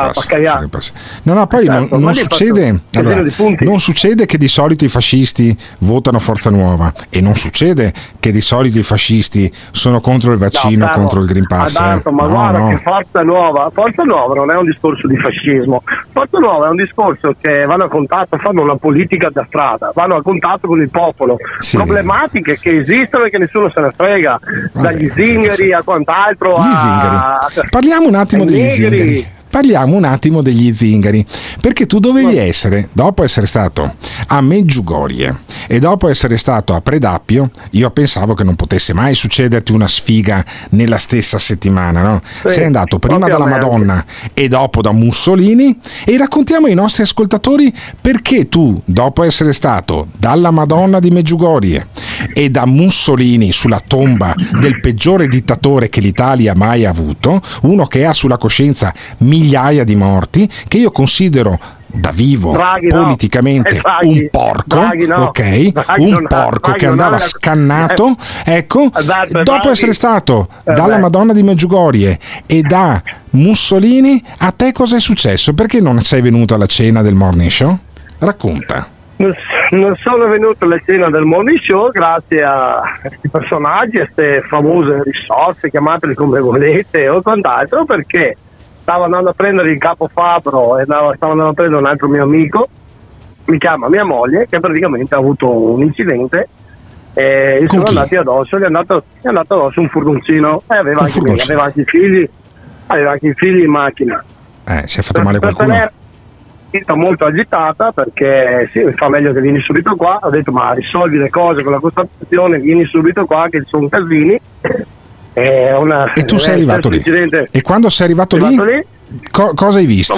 poi non succede, non succede che di solito i fascisti votano Forza Nuova, e non succede che di solito i fascisti sono contro il vaccino, contro il Green Pass. Ma guarda che Forza Nuova non è un discorso di fascismo. Forza Nuova è un discorso che vanno a contatto, fanno una politica da strada, vanno a contatto con il popolo, problematiche che esistono e che nessuno se ne frega, dagli zingari a quant'altro. Parliamo un attimo degli zingari. Parliamo un attimo degli zingari, perché tu dovevi essere, dopo essere stato a Medjugorje e dopo essere stato a Predappio, io pensavo che non potesse mai succederti una sfiga nella stessa settimana, no? Sei andato prima dalla Madonna e dopo da Mussolini, e raccontiamo ai nostri ascoltatori perché tu, dopo essere stato dalla Madonna di Medjugorje e da Mussolini sulla tomba del peggiore dittatore che l'Italia ha mai avuto, uno che ha sulla coscienza migliaia di morti, che io considero da vivo politicamente un porco, un porco che andava scannato, ecco, dopo essere stato dalla Madonna di Medjugorje e da Mussolini, a te cosa è successo? Perché non sei venuto alla cena del Morning Show? Racconta. Non sono venuto alla cena del Morning Show grazie a questi personaggi, a queste famose risorse, chiamatele come volete o quant'altro, perché stavo andando a prendere il capo Fabro e stavo andando a prendere un altro mio amico, mi chiama mia moglie che praticamente ha avuto un incidente e gli sono andati addosso, gli è andato addosso un furgoncino e aveva anche i figli in macchina. Si è fatto male qualcuno? Molto agitata, perché sì, fa meglio che vieni subito qua. Ho detto ma risolvi le cose con la constatazione, vieni subito qua che sono casini. E tu sei arrivato lì. E quando sei arrivato lì, cosa hai visto?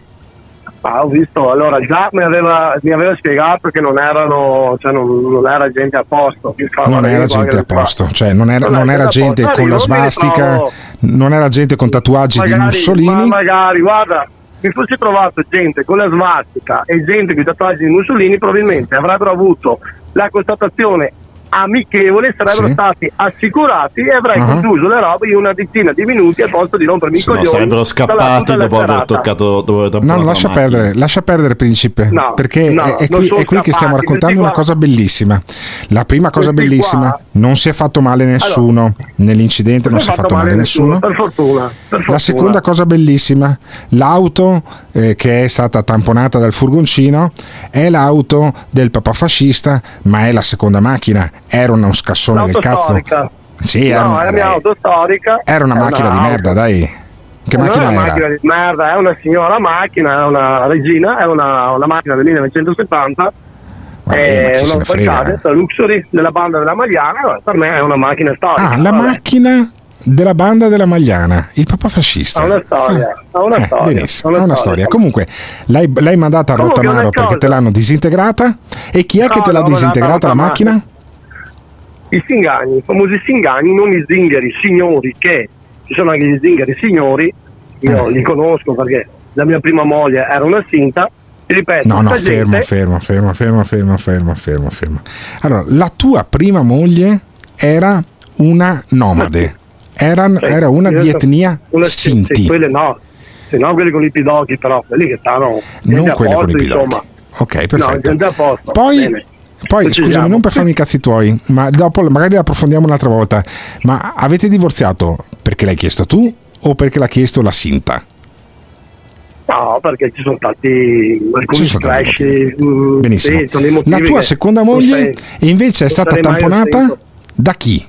Ho visto, allora già mi aveva spiegato che non erano, cioè non era gente a posto. Non era gente a posto, cioè non era gente con la svastica, non era gente con tatuaggi di Mussolini. Ma magari, guarda, mi fossi trovato gente con la svastica e gente con i tatuaggi di Mussolini, probabilmente avrebbero avuto la constatazione amichevole, sarebbero stati assicurati e avrei concluso le robe in una decina di minuti al posto di rompermi i coglioni. Sarebbero scappati dopo aver toccato. No, lascia perdere principe, perché è qui che stiamo raccontando una cosa bellissima. La prima cosa bellissima, non si è fatto male nessuno nell'incidente, non si è fatto male nessuno. Per fortuna. La seconda cosa bellissima, l'auto che è stata tamponata dal furgoncino è l'auto del papà fascista, ma è la seconda macchina. Era uno scassone del cazzo. Storica. Sì, è la mia auto storica. Era una macchina di merda, dai. Che macchina era? È una macchina di merda, è una signora macchina, è una regina, è una macchina del 1970 Vabbè, una Pagani, la Luxury della banda della Magliana, per me è una macchina storica. La macchina della banda della Magliana, il papà fascista. Ha una storia, benissimo, ha una storia. Comunque l'hai mandata a Rottamaro perché te l'hanno disintegrata, e chi è che te l'ha disintegrata la macchina? I Singani, i famosi Singani, non i zingari signori, che ci sono anche gli zingari signori, io li conosco perché la mia prima moglie era una sinta. Ti ripeto, no, fermo. Allora, la tua prima moglie era una nomade, era una di etnia Sinti. Sì, quelle no, se no quelle con i pidocchi, però quelli che stanno non quelle con i pidocchi. Ok, perfetto. No, poi scusami, non per farmi i cazzi tuoi, ma dopo magari approfondiamo un'altra volta. Ma avete divorziato perché l'hai chiesto tu o perché l'ha chiesto la Sinta? No, perché ci sono stati alcuni crash. Benissimo. Sì, la tua seconda moglie invece è stata tamponata da chi?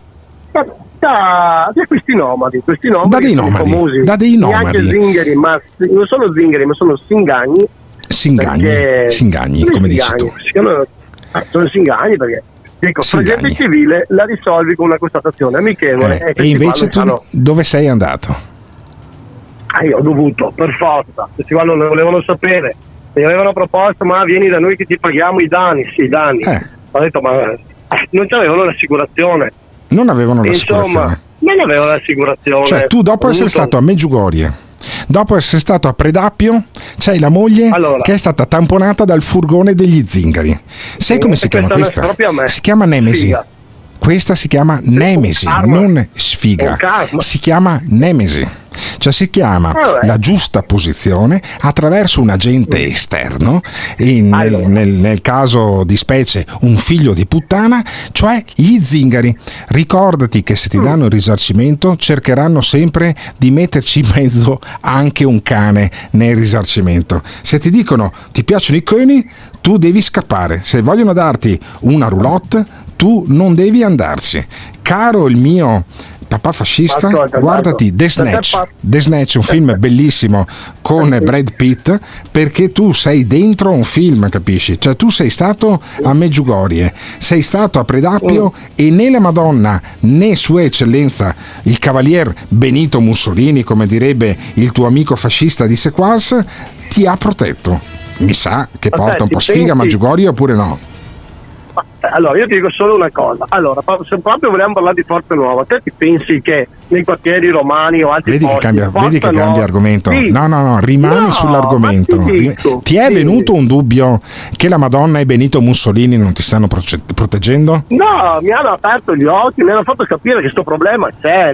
Da questi nomadi. Da dei nomadi. Da dei nomadi. Neanche zingari, ma non sono zingari, ma sono singagni. Singagni, come dici tu. Sono singagni perché dico, progetto civile la risolvi con una constatazione amichevole. E invece tu dove sei andato? Io ho dovuto, per forza, questi qua non ne volevano sapere, mi avevano proposto, ma vieni da noi che ti paghiamo i danni. Ho detto, ma non c'avevano l'assicurazione. Non avevano l'assicurazione. Non avevano l'assicurazione. Cioè tu dopo essere stato a Meggiugorie, dopo essere stato a Predappio, c'hai la moglie che è stata tamponata dal furgone degli zingari. Sai come si chiama questa? Si chiama Nemesi. Sfiga. Questa si chiama Nemesi, non sfiga, si chiama Nemesi. Cioè si chiama la giusta posizione attraverso un agente esterno, nel caso di specie un figlio di puttana, cioè gli zingari. Ricordati che se ti danno il risarcimento cercheranno sempre di metterci in mezzo anche un cane nel risarcimento. Se ti dicono ti piacciono i coni, tu devi scappare. Se vogliono darti una roulotte, tu non devi andarci. Caro il mio papà fascista, guardati The Snatch, un film bellissimo con Brad Pitt, perché tu sei dentro un film, capisci? Cioè tu sei stato a Meggiugorie, sei stato a Predappio e né la Madonna né Sua Eccellenza il Cavalier Benito Mussolini, come direbbe il tuo amico fascista di Sequas, ti ha protetto. Mi sa che porta un po' sfiga a Meggiugorie oppure no? Allora io ti dico solo una cosa, allora se proprio vogliamo parlare di Forza Nuova, te ti pensi che nei quartieri romani o altri vedi che cambia argomento? Sì. No, rimani sull'argomento. Ti è venuto un dubbio che la Madonna e Benito Mussolini non ti stanno proteggendo? No, mi hanno aperto gli occhi, mi hanno fatto capire che questo problema c'è,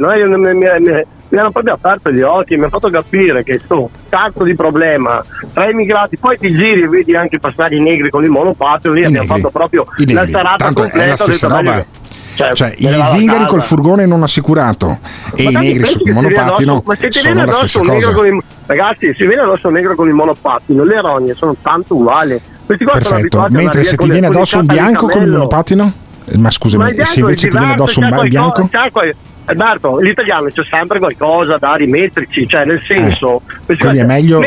mi hanno proprio aperto gli occhi, mi hanno fatto capire che sto cazzo di problema tra immigrati, poi ti giri e vedi anche passare i negri con il monopattino, lì abbiamo fatto proprio la serata completa. È la stessa roba. Cioè gli zingari col furgone non assicurato e i negri sul monopattino sono la stessa cosa. Ragazzi, si viene addosso un negro con il monopattino, le rogne sono tanto uguali. Perfetto, mentre se ti viene addosso un bianco con il monopattino, ma scusami, se invece ti viene addosso un bianco? Alberto, l'italiano c'è sempre qualcosa da rimetterci, cioè nel senso quindi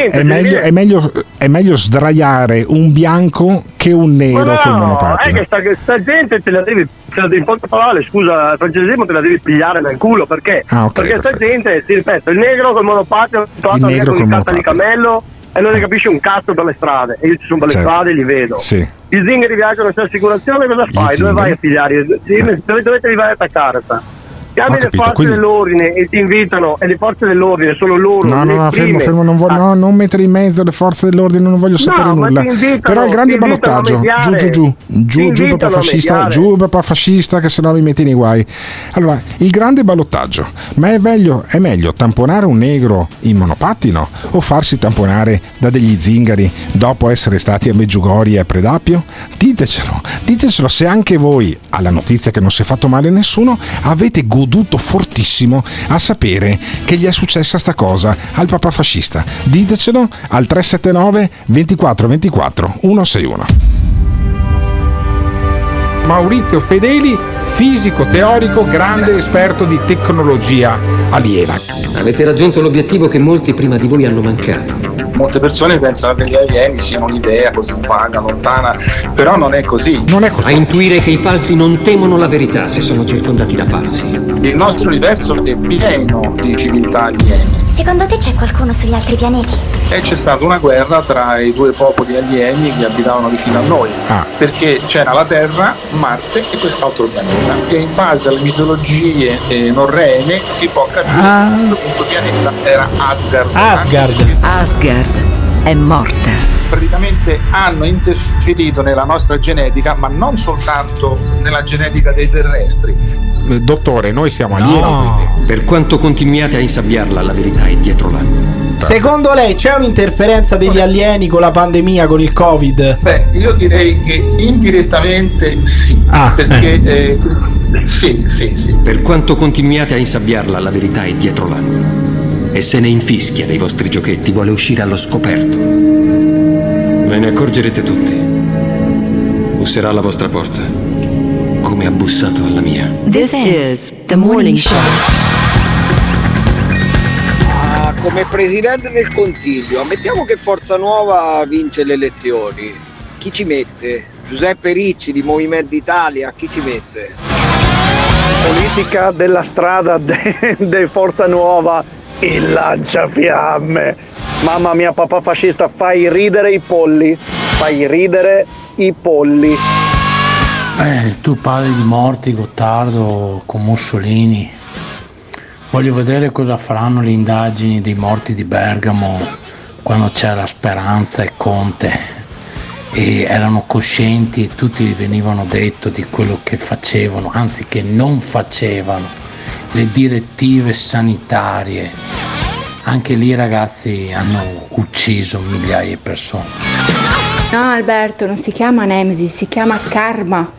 è meglio sdraiare un bianco che un nero col monopattino. È che sta gente te la devi in poche parole, scusa il francesismo, te la devi pigliare nel culo perché sta gente, ti ripeto, il negro col monopattino con il carta di cammello e non ne capisce un cazzo per le strade, e io ci sono per le strade e li vedo. I zingari viaggiano senza assicurazione, cosa fai? Dove vai a pigliare? Dove li vai a attaccare? Chiami le forze dell'ordine e ti invitano, e le forze dell'ordine sono loro. No, fermo, non mettere in mezzo le forze dell'ordine, non voglio sapere nulla. Però il grande ballottaggio, giù papà fascista, che sennò vi metti nei guai. Allora, il grande ballottaggio, ma è meglio tamponare un negro in monopattino o farsi tamponare da degli zingari dopo essere stati a Meggiugorie e a Predappio? Ditecelo se anche voi, alla notizia che non si è fatto male nessuno, avete goduto fortissimo a sapere che gli è successa sta cosa al papà fascista. Ditecelo al 379 24 24 161. Maurizio Fedeli, fisico teorico, grande esperto di tecnologia aliena. Avete raggiunto l'obiettivo che molti prima di voi hanno mancato. molte persone pensano che gli alieni siano un'idea così vaga, lontana, però non è così. A intuire che i falsi non temono la verità se sono circondati da falsi. Il nostro universo è pieno di civiltà alieni. Secondo te c'è qualcuno sugli altri pianeti? E c'è stata una guerra tra i due popoli alieni che abitavano vicino a noi, perché c'era la Terra, Marte e quest'altro pianeta. E in base alle mitologie norrene si può capire che questo pianeta era Asgard. Asgard è morta. Praticamente hanno interferito nella nostra genetica, ma non soltanto nella genetica dei terrestri. Dottore, noi siamo alieni. Per quanto continuiate a insabbiarla, la verità è dietro l'angolo. Secondo lei c'è un'interferenza degli alieni con la pandemia, con il Covid? Beh, io direi che indirettamente sì, perché sì. Per quanto continuiate a insabbiarla, la verità è dietro l'angolo. E se ne infischia dei vostri giochetti, vuole uscire allo scoperto. Ve ne accorgerete tutti. Busserà alla vostra porta, come ha bussato alla mia. This is the morning show. Come Presidente del Consiglio, ammettiamo che Forza Nuova vince le elezioni. Chi ci mette? Giuseppe Ricci di Movimento Italia, chi ci mette? Politica della strada de Forza Nuova, il lanciafiamme. Mamma mia, papà fascista, fai ridere i polli. Tu parli di morti, Gottardo, con Mussolini. Voglio vedere cosa faranno le indagini dei morti di Bergamo quando c'era Speranza e Conte e erano coscienti e tutti venivano detto di quello che facevano, anzi che non facevano, le direttive sanitarie. Anche lì, ragazzi, hanno ucciso migliaia di persone. No, Alberto, non si chiama Nemesi, si chiama Karma.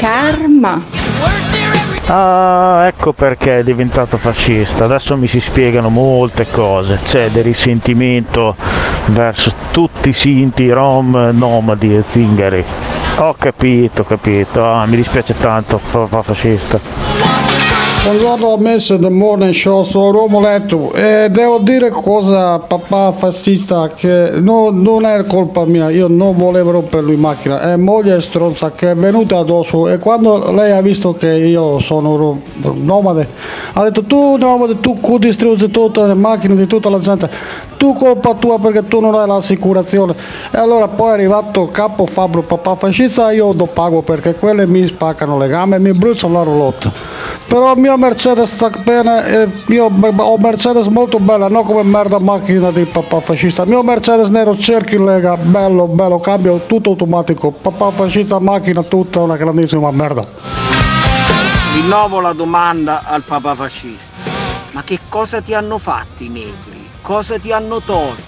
Ah, ecco perché è diventato fascista. Adesso mi si spiegano molte cose. C'è del risentimento verso tutti i sinti, rom, nomadi e zingari. Ho capito. Mi dispiace tanto, papà fascista. Buongiorno, amici del Morning Show, sono Romoletto e devo dire cosa, papà fascista, che non è colpa mia, io non volevo rompere lui in macchina, è moglie stronza che è venuta addosso e quando lei ha visto che io sono nomade, ha detto tu nomade, tu distruggi tutte le macchine di tutta la gente, tu colpa tua perché tu non hai l'assicurazione. E allora poi è arrivato capo Fabio, papà fascista, io lo pago perché quelle mi spaccano le gambe e mi bruciano la roulotte. Però il mio Mercedes sta bene, io ho Mercedes molto bella, non come merda macchina di papà fascista. Il mio Mercedes nero cerchi in lega, bello, cambio tutto automatico. Papà fascista, macchina tutta una grandissima merda. Rinnovo la domanda al papà fascista. Ma che cosa ti hanno fatto i negri? Cosa ti hanno tolto?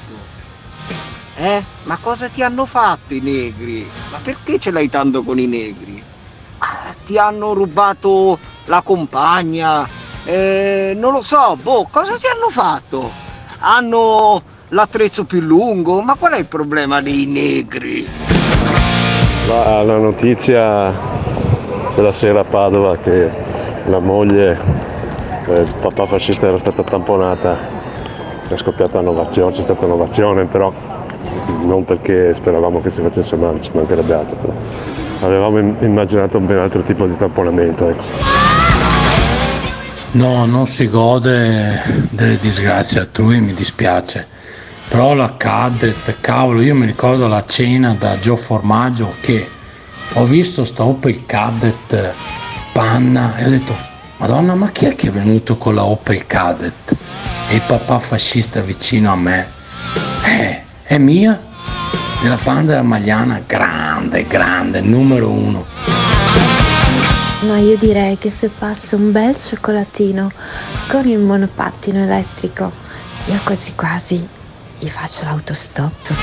Ma cosa ti hanno fatto i negri? Ma perché ce l'hai tanto con i negri? Ti hanno rubato la compagna? Non lo so, cosa ti hanno fatto? Hanno l'attrezzo più lungo? Ma qual è il problema dei negri? La notizia della sera a Padova che la moglie del papà fascista era stata tamponata, è scoppiata un'ovazione, c'è stata un'ovazione, però non perché speravamo che si facesse male, ci mancherebbe altro, però avevamo immaginato un ben altro tipo di tamponamento, ecco. No, non si gode delle disgrazie altrui, mi dispiace. Però la Cadet, cavolo, io mi ricordo la cena da Gio Formaggio che ho visto sta Opel Cadet panna e ho detto, Madonna, ma chi è che è venuto con la Opel Cadet? E il papà fascista vicino a me. È mia? Della Pandera Magliana, grande, numero 1. Ma io direi che se passa un bel cioccolatino con il monopattino elettrico, io quasi quasi gli faccio l'autostop.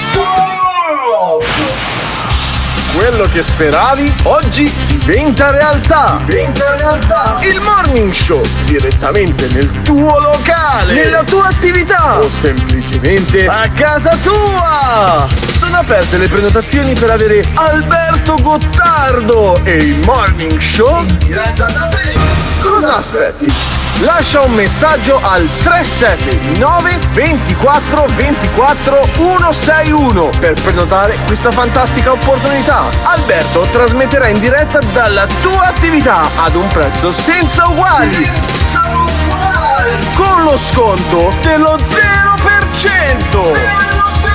Quello che speravi oggi diventa realtà. Il Morning Show direttamente nel tuo locale, nella tua attività o semplicemente a casa tua. Sono aperte le prenotazioni per avere Alberto Gottardo e il Morning Show in diretta da te. Cosa aspetti? Lascia un messaggio al 379 24 24 161 per prenotare questa fantastica opportunità. Alberto trasmetterà in diretta dalla tua attività ad un prezzo senza uguali, con lo sconto dello 0%.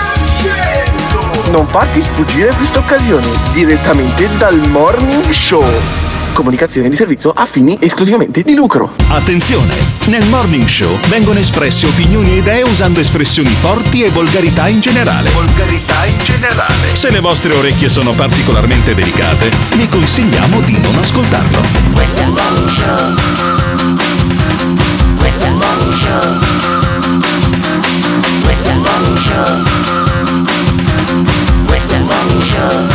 Non farti sfuggire questa occasione direttamente dal Morning Show. Comunicazione di servizio a fini esclusivamente di lucro. Attenzione! Nel Morning Show vengono espresse opinioni e idee usando espressioni forti e volgarità in generale. Se le vostre orecchie sono particolarmente delicate, vi consigliamo di non ascoltarlo. Questo è il Morning Show. Questo è il Morning Show. Questo è il Morning Show. Questo è il Morning Show.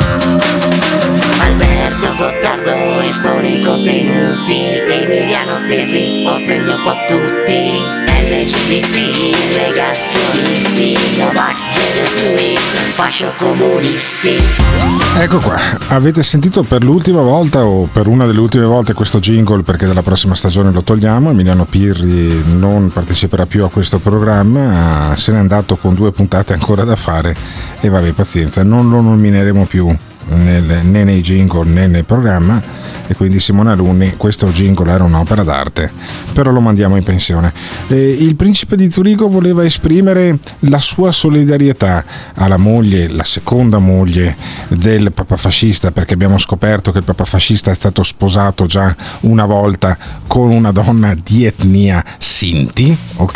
Alberto Gottardo espone i contenuti, Emiliano Pirri offende un po' tutti. LGBT, negazionisti, Novak, gender fluid, fascio comunisti. Ecco qua, avete sentito per l'ultima volta o per una delle ultime volte questo jingle, perché dalla prossima stagione lo togliamo. Emiliano Pirri non parteciperà più a questo programma, se n'è andato con 2 puntate ancora da fare e vabbè, pazienza, non lo nomineremo più né nei jingle né nel programma, e quindi Simone Alunni, questo jingle era un'opera d'arte, però lo mandiamo in pensione. Il principe di Zurigo voleva esprimere la sua solidarietà alla moglie, la seconda moglie del papafascista, perché abbiamo scoperto che il papafascista è stato sposato già una volta con una donna di etnia Sinti, ok?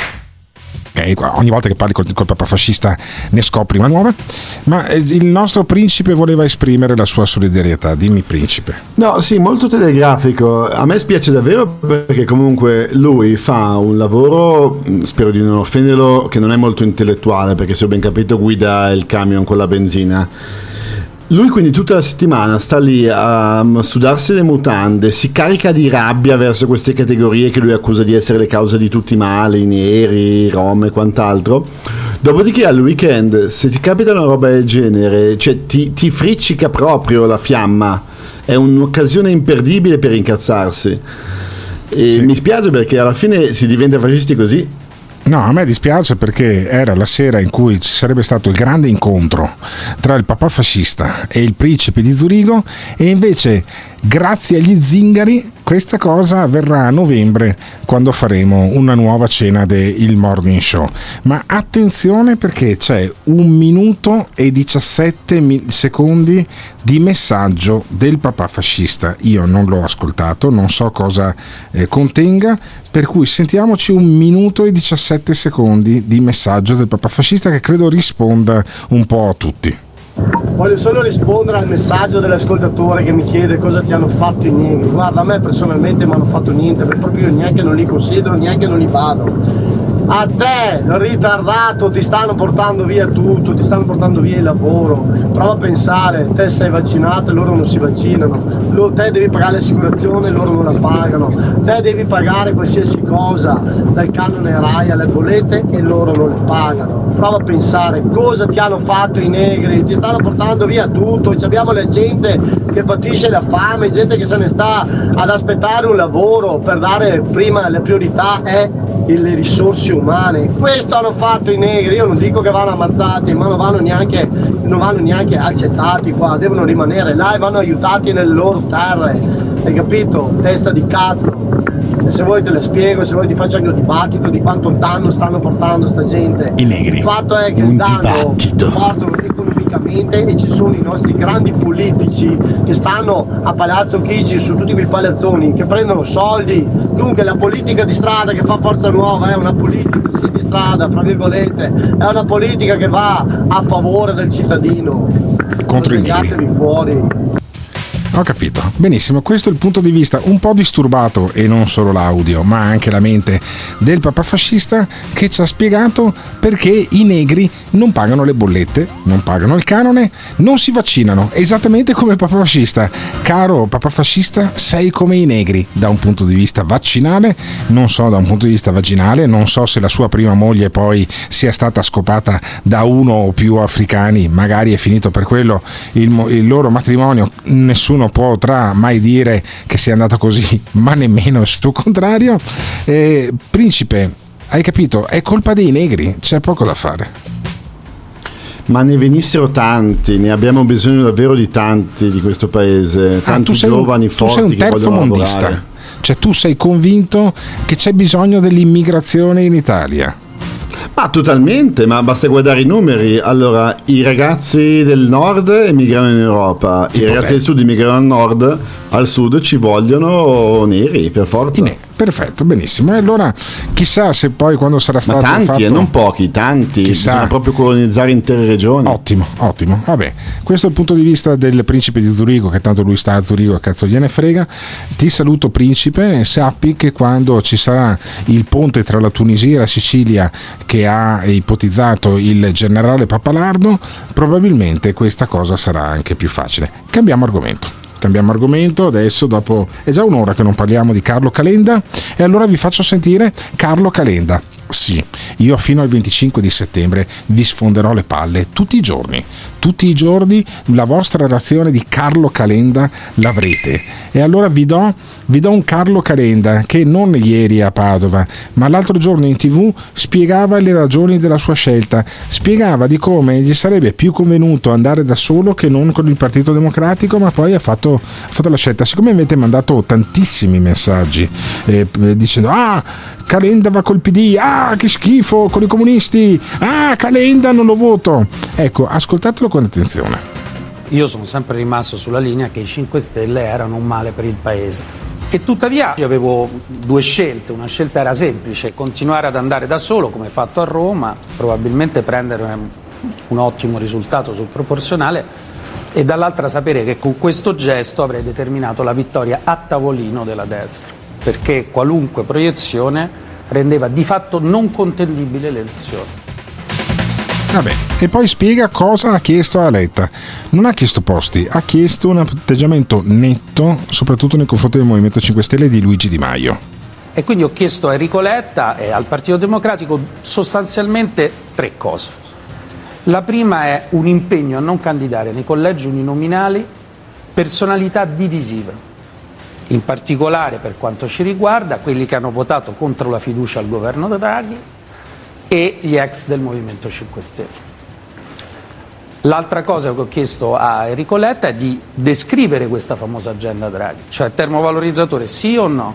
Ogni volta che parli col papafascista ne scopri una nuova, ma il nostro principe voleva esprimere la sua solidarietà. Dimmi, principe. No, sì, molto telegrafico. A me spiace davvero, perché comunque lui fa un lavoro, spero di non offenderlo, che non è molto intellettuale, perché se ho ben capito guida il camion con la benzina. Lui quindi tutta la settimana sta lì a sudarsi le mutande, si carica di rabbia verso queste categorie che lui accusa di essere le cause di tutti i mali, i neri, i rom e quant'altro. Dopodiché al weekend, se ti capita una roba del genere, cioè ti friccica proprio la fiamma, è un'occasione imperdibile per incazzarsi. E sì, mi spiace, perché alla fine si diventa fascisti così. No, a me dispiace, perché era la sera in cui ci sarebbe stato il grande incontro tra il papafascista e il principe di Zurigo, e invece grazie agli zingari questa cosa avverrà a novembre, quando faremo una nuova cena del Morning Show. Ma attenzione, perché c'è 1 minuto e 17 secondi di messaggio del papafascista. Io non l'ho ascoltato, non so cosa contenga, per cui sentiamoci 1 minuto e 17 secondi di messaggio del papafascista, che credo risponda un po' a tutti. Voglio solo rispondere al messaggio dell'ascoltatore che mi chiede cosa ti hanno fatto i negri. Guarda, a me personalmente non mi hanno fatto niente, perché proprio io neanche non li considero, neanche non li vado. A te, ritardato, ti stanno portando via tutto, ti stanno portando via il lavoro. Prova a pensare, te sei vaccinato e loro non si vaccinano, te devi pagare l'assicurazione e loro non la pagano, te devi pagare qualsiasi cosa, dal canone RAI alle bollette, e loro non le pagano. Prova a pensare cosa ti hanno fatto i negri, ti stanno portando via tutto, abbiamo la gente che patisce la fame, gente che se ne sta ad aspettare un lavoro per dare prima le priorità le risorse umane. Questo hanno fatto i negri. Io non dico che vanno ammazzati, ma non vanno neanche accettati qua, devono rimanere là e vanno aiutati nelle loro terre, hai capito? Testa di cazzo. E se vuoi te le spiego, se vuoi ti faccio anche un dibattito di quanto danno stanno portando sta gente. I negri. Il fatto è che un danno dibattito portano economicamente, e ci sono i nostri grandi politici che stanno a Palazzo Chigi, su tutti quei palazzoni, che prendono soldi. Dunque la politica di strada che fa Forza Nuova è una politica di strada, fra virgolette, è una politica che va a favore del cittadino. Contro i negri. Fuori. Ho capito, benissimo, questo è il punto di vista un po' disturbato, e non solo l'audio ma anche la mente, del papafascista, che ci ha spiegato perché i negri non pagano le bollette, non pagano il canone, non si vaccinano, esattamente come il papafascista. Caro papafascista, sei come i negri da un punto di vista vaccinale, non so da un punto di vista vaginale, non so se la sua prima moglie poi sia stata scopata da uno o più africani, magari è finito per quello il loro matrimonio, nessuno nessuno potrà mai dire che sia andata così, ma nemmeno il suo contrario. Principe, hai capito? È colpa dei negri, c'è poco da fare. Ma ne venissero tanti, ne abbiamo bisogno davvero di tanti di questo paese, tanti giovani forti. Tu sei un terzo mondista, lavorare. Cioè tu sei convinto che c'è bisogno dell'immigrazione in Italia? Ma totalmente, ma basta guardare i numeri. Allora, i ragazzi del nord emigrano in Europa, i ragazzi del sud emigrano al nord, al sud ci vogliono neri per forza. Perfetto, benissimo. E allora chissà se poi quando sarà stato tanti, fatto... non pochi, tanti. Chissà. Bisogna proprio colonizzare intere regioni. Ottimo. Vabbè, questo è il punto di vista del principe di Zurigo, che tanto lui sta a Zurigo, cazzo gliene frega. Ti saluto, principe, e sappi che quando ci sarà il ponte tra la Tunisia e la Sicilia che ha ipotizzato il generale Pappalardo, probabilmente questa cosa sarà anche più facile. Cambiamo argomento adesso, dopo è già un'ora che non parliamo di Carlo Calenda, e allora vi faccio sentire Carlo Calenda. Sì, io fino al 25 di settembre vi sfonderò le palle tutti i giorni la vostra razione di Carlo Calenda l'avrete. E allora vi do un Carlo Calenda che non ieri a Padova, ma l'altro giorno in TV spiegava le ragioni della sua scelta, spiegava di come gli sarebbe più convenuto andare da solo che non con il Partito Democratico, ma poi ha fatto la scelta. Siccome mi avete mandato tantissimi messaggi dicendo Calenda va col PD, che schifo con i comunisti, Calenda non lo voto, ecco, ascoltatelo con attenzione. Io sono sempre rimasto sulla linea che i 5 Stelle erano un male per il paese e tuttavia io avevo due scelte. Una scelta era semplice: continuare ad andare da solo come fatto a Roma, probabilmente prendere un ottimo risultato sul proporzionale, e dall'altra sapere che con questo gesto avrei determinato la vittoria a tavolino della destra, perché qualunque proiezione rendeva di fatto non contendibile le elezioni. Vabbè, e poi spiega cosa ha chiesto a Letta. Non ha chiesto posti, ha chiesto un atteggiamento netto, soprattutto nei confronti del Movimento 5 Stelle di Luigi Di Maio. E quindi ho chiesto a Enrico Letta e al Partito Democratico sostanzialmente 3 cose. La prima è un impegno a non candidare nei collegi uninominali personalità divisive, in particolare per quanto ci riguarda quelli che hanno votato contro la fiducia al governo Draghi e gli ex del Movimento 5 Stelle. L'altra cosa che ho chiesto a Enrico Letta è di descrivere questa famosa agenda Draghi, cioè termovalorizzatore sì o no,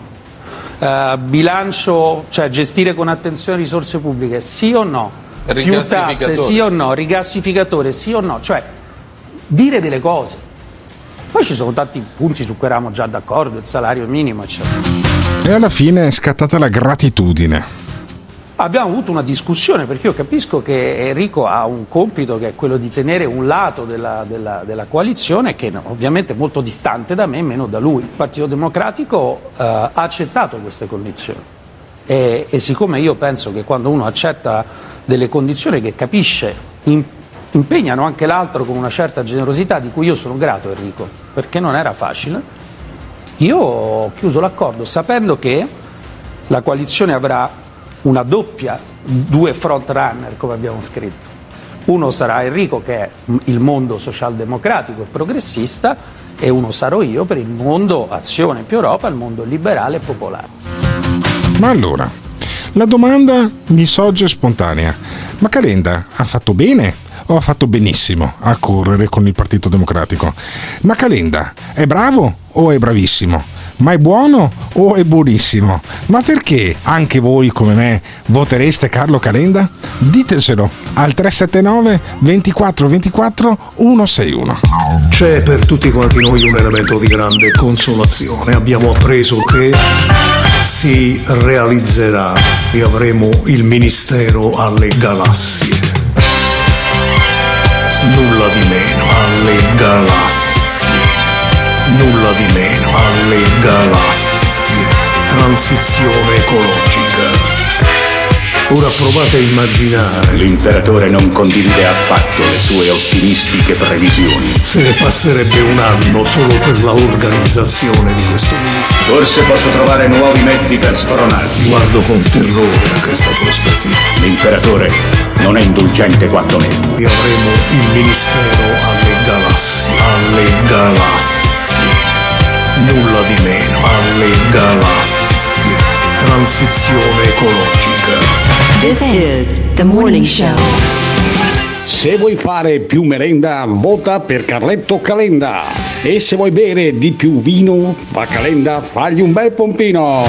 bilancio, cioè gestire con attenzione risorse pubbliche sì o no, più tasse sì o no, rigassificatore sì o no, cioè dire delle cose. Poi ci sono tanti punti su cui eravamo già d'accordo, il salario minimo eccetera. E alla fine è scattata la gratitudine. Abbiamo avuto una discussione perché io capisco che Enrico ha un compito che è quello di tenere un lato della coalizione che ovviamente è molto distante da me, meno da lui. Il Partito Democratico ha accettato queste condizioni e siccome io penso che quando uno accetta delle condizioni che capisce impegnano anche l'altro con una certa generosità, di cui io sono grato Enrico, perché non era facile, io ho chiuso l'accordo sapendo che la coalizione avrà una doppia, 2 front runner come abbiamo scritto. Uno sarà Enrico che è il mondo socialdemocratico e progressista e uno sarò io per il mondo Azione più Europa, il mondo liberale e popolare. Ma allora, la domanda mi sorge spontanea: ma Calenda ha fatto bene o ha fatto benissimo a correre con il Partito Democratico? Ma Calenda è bravo o è bravissimo? Ma è buono o è buonissimo? Ma perché anche voi come me votereste Carlo Calenda? Ditecelo al 379 24 24 161. C'è per tutti quanti noi un elemento di grande consolazione. Abbiamo appreso che si realizzerà e avremo il ministero alle galassie. Nulla di meno, alle galassie. Nulla di meno, alle galassie. Transizione ecologica. Ora provate a immaginare. L'imperatore non condivide affatto le sue ottimistiche previsioni. Se ne passerebbe un anno solo per la organizzazione di questo ministero. Forse posso trovare nuovi mezzi per spronarti. Guardo con terrore a questa prospettiva. L'imperatore non è indulgente quanto me. E avremo il ministero alle galassie. Alle galassie. Nulla di meno. Alle galassie. Transizione ecologica. This is the morning show. Se vuoi fare più merenda, vota per Carletto Calenda. E se vuoi bere di più vino, fa Calenda, fagli un bel pompino.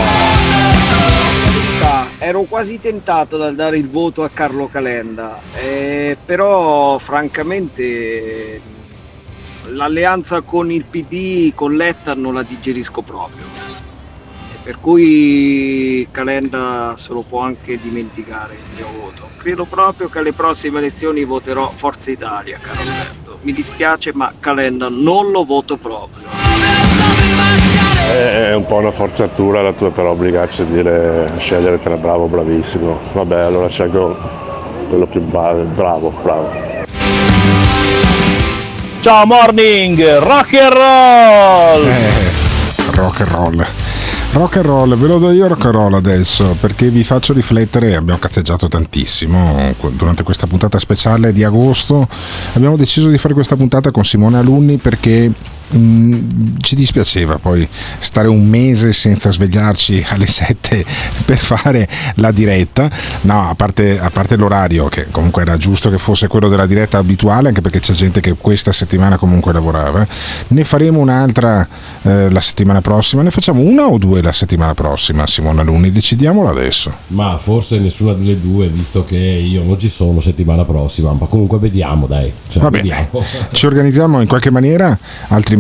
Ero quasi tentato dal dare il voto a Carlo Calenda, però francamente l'alleanza con il PD, con Letta, non la digerisco proprio. Per cui Calenda se lo può anche dimenticare il mio voto. Credo proprio che alle prossime elezioni voterò Forza Italia, caro Alberto. Mi dispiace, ma Calenda non lo voto proprio. È un po' una forzatura la tua per obbligarci a scegliere tra bravo o bravissimo. Vabbè, allora scelgo quello più bravo. Ciao morning, rock and roll! Rock and roll. Rock and roll, ve lo do io rock and roll adesso perché vi faccio riflettere. Abbiamo cazzeggiato tantissimo durante questa puntata speciale di agosto. Abbiamo deciso di fare questa puntata con Simone Alunni perché ci dispiaceva poi stare un mese senza svegliarci alle 7 per fare la diretta. No, a parte l'orario, che comunque era giusto che fosse quello della diretta abituale, anche perché c'è gente che questa settimana comunque lavorava. Ne faremo un'altra la settimana prossima. Ne facciamo una o due la settimana prossima, Simone Alunni? Decidiamolo adesso. Ma forse nessuna delle due, visto che io non ci sono settimana prossima, ma comunque vediamo, dai. Va bene, ci organizziamo in qualche maniera, altrimenti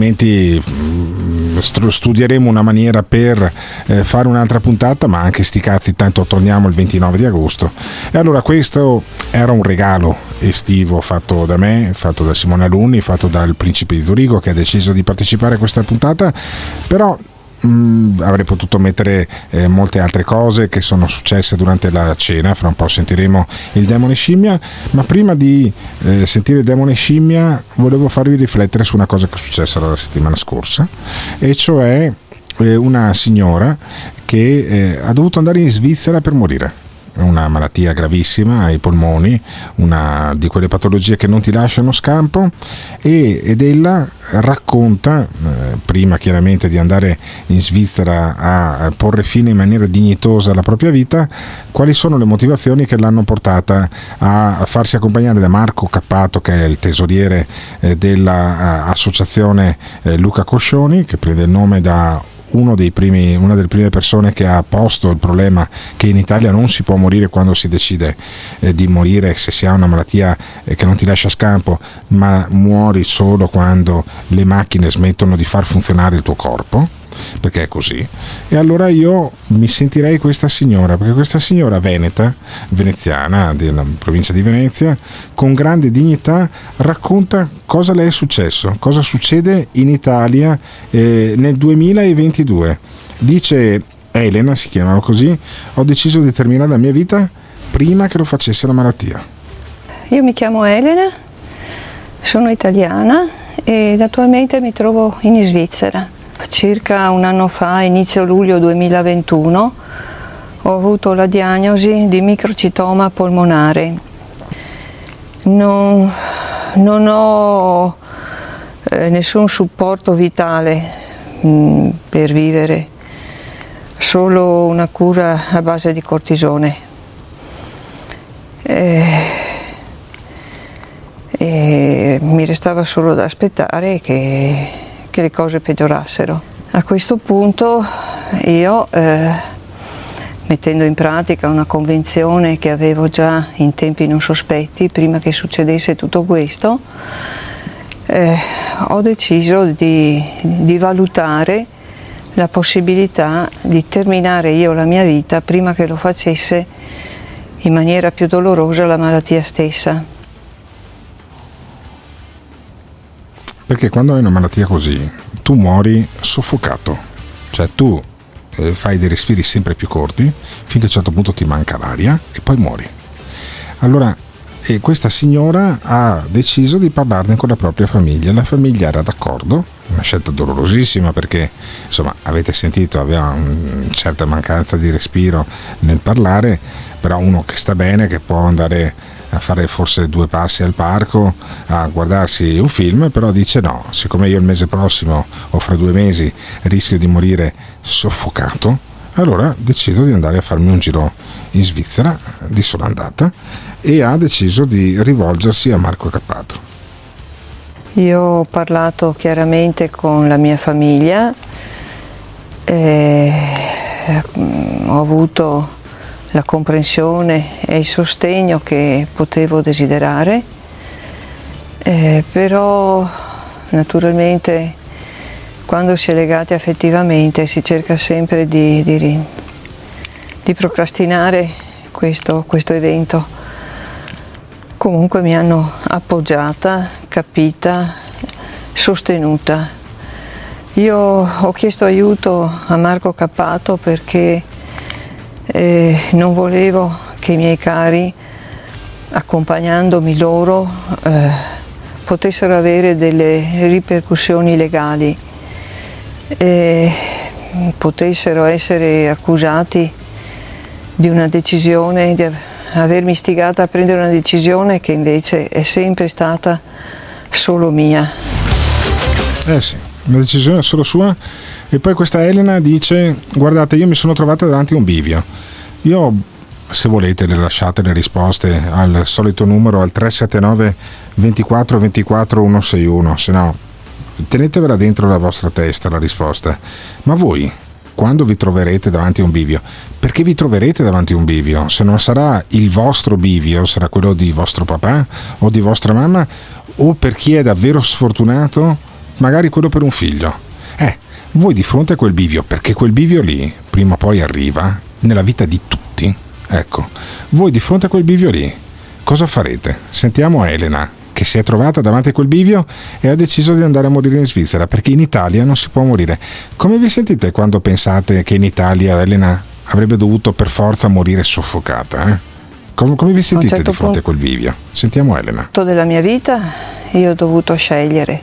studieremo una maniera per fare un'altra puntata, ma anche sti cazzi, tanto torniamo il 29 di agosto. E allora questo era un regalo estivo fatto da me, fatto da Simone Alunni, fatto dal Principe di Zurigo, che ha deciso di partecipare a questa puntata, però avrei potuto mettere molte altre cose che sono successe durante la cena. Fra un po' sentiremo il Demone Scimmia, ma prima di sentire il Demone Scimmia volevo farvi riflettere su una cosa che è successa la settimana scorsa, e cioè una signora che ha dovuto andare in Svizzera per morire. Una malattia gravissima ai polmoni, una di quelle patologie che non ti lasciano scampo, ed ella racconta, prima chiaramente di andare in Svizzera a porre fine in maniera dignitosa alla propria vita, quali sono le motivazioni che l'hanno portata a farsi accompagnare da Marco Cappato, che è il tesoriere dell'associazione Luca Coscioni, che prende il nome da una delle prime persone che ha posto il problema che in Italia non si può morire quando si decide di morire, se si ha una malattia che non ti lascia scampo, ma muori solo quando le macchine smettono di far funzionare il tuo corpo, perché è così. E allora io mi sentirei questa signora, perché questa signora veneziana della provincia di Venezia, con grande dignità racconta cosa le è successo, cosa succede in Italia nel 2022. Dice: Elena si chiamava così, ho deciso di terminare la mia vita prima che lo facesse la malattia. Io mi chiamo Elena, sono italiana ed attualmente mi trovo in Svizzera. Circa un anno fa, inizio luglio 2021, ho avuto la diagnosi di microcitoma polmonare. Non ho nessun supporto vitale per vivere, solo una cura a base di cortisone. E mi restava solo da aspettare che le cose peggiorassero. A questo punto io, mettendo in pratica una convenzione che avevo già in tempi non sospetti, prima che succedesse tutto questo, ho deciso di valutare la possibilità di terminare io la mia vita prima che lo facesse in maniera più dolorosa la malattia stessa. Perché quando hai una malattia così tu muori soffocato, cioè tu fai dei respiri sempre più corti finché a un certo punto ti manca l'aria e poi muori. Allora questa signora ha deciso di parlarne con la propria famiglia. La famiglia era d'accordo, una scelta dolorosissima perché insomma avete sentito, aveva una certa mancanza di respiro nel parlare, però uno che sta bene, che può andare a fare forse 2 passi al parco a guardarsi un film, però dice no, siccome io il mese prossimo o fra 2 mesi rischio di morire soffocato, allora decido di andare a farmi un giro in Svizzera di sola andata, e ha deciso di rivolgersi a Marco Cappato. Io ho parlato chiaramente con la mia famiglia, ho avuto la comprensione e il sostegno che potevo desiderare, però naturalmente quando si è legati affettivamente si cerca sempre di procrastinare questo evento. Comunque mi hanno appoggiata, capita, sostenuta. Io ho chiesto aiuto a Marco Cappato perché non volevo che i miei cari, accompagnandomi loro, potessero avere delle ripercussioni legali e potessero essere accusati di una decisione, di avermi istigata a prendere una decisione che invece è sempre stata solo mia. Sì, una decisione solo sua. E poi questa Elena dice: guardate, io mi sono trovata davanti a un bivio. Io, se volete, le lasciate le risposte al solito numero, al 379 24 24 161, se no tenetevela dentro la vostra testa la risposta. Ma voi, quando vi troverete davanti a un bivio, perché vi troverete davanti a un bivio? Se non sarà il vostro bivio, sarà quello di vostro papà o di vostra mamma, o per chi è davvero sfortunato, magari quello per un figlio. Voi di fronte a quel bivio, perché quel bivio lì prima o poi arriva nella vita di tutti, ecco, voi di fronte a quel bivio lì cosa farete? Sentiamo Elena, che si è trovata davanti a quel bivio e ha deciso di andare a morire in Svizzera, perché in Italia non si può morire. Come vi sentite quando pensate che in Italia Elena avrebbe dovuto per forza morire soffocata? Come vi sentite di fronte a quel bivio? Sentiamo Elena. Della mia vita io ho dovuto scegliere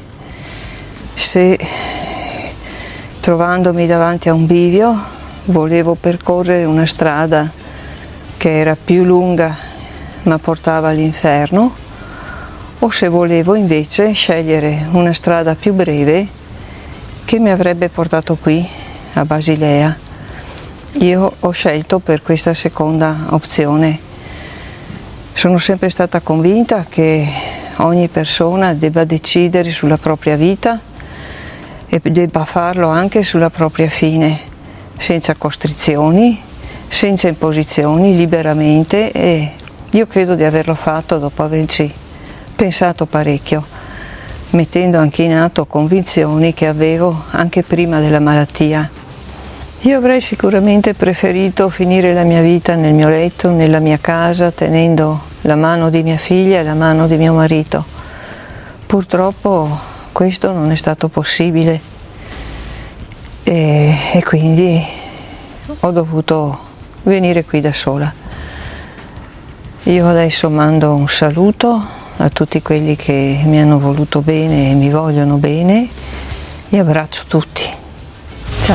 se, trovandomi davanti a un bivio, volevo percorrere una strada che era più lunga ma portava all'inferno, o se volevo invece scegliere una strada più breve che mi avrebbe portato qui a Basilea. Io ho scelto per questa seconda opzione. Sono sempre stata convinta che ogni persona debba decidere sulla propria vita e debba farlo anche sulla propria fine, senza costrizioni, senza imposizioni, liberamente, e io credo di averlo fatto dopo averci pensato parecchio, mettendo anche in atto convinzioni che avevo anche prima della malattia. Io avrei sicuramente preferito finire la mia vita nel mio letto, nella mia casa, tenendo la mano di mia figlia e la mano di mio marito. Purtroppo questo non è stato possibile e quindi ho dovuto venire qui da sola. Io adesso mando un saluto a tutti quelli che mi hanno voluto bene e mi vogliono bene e abbraccio tutti. Ciao.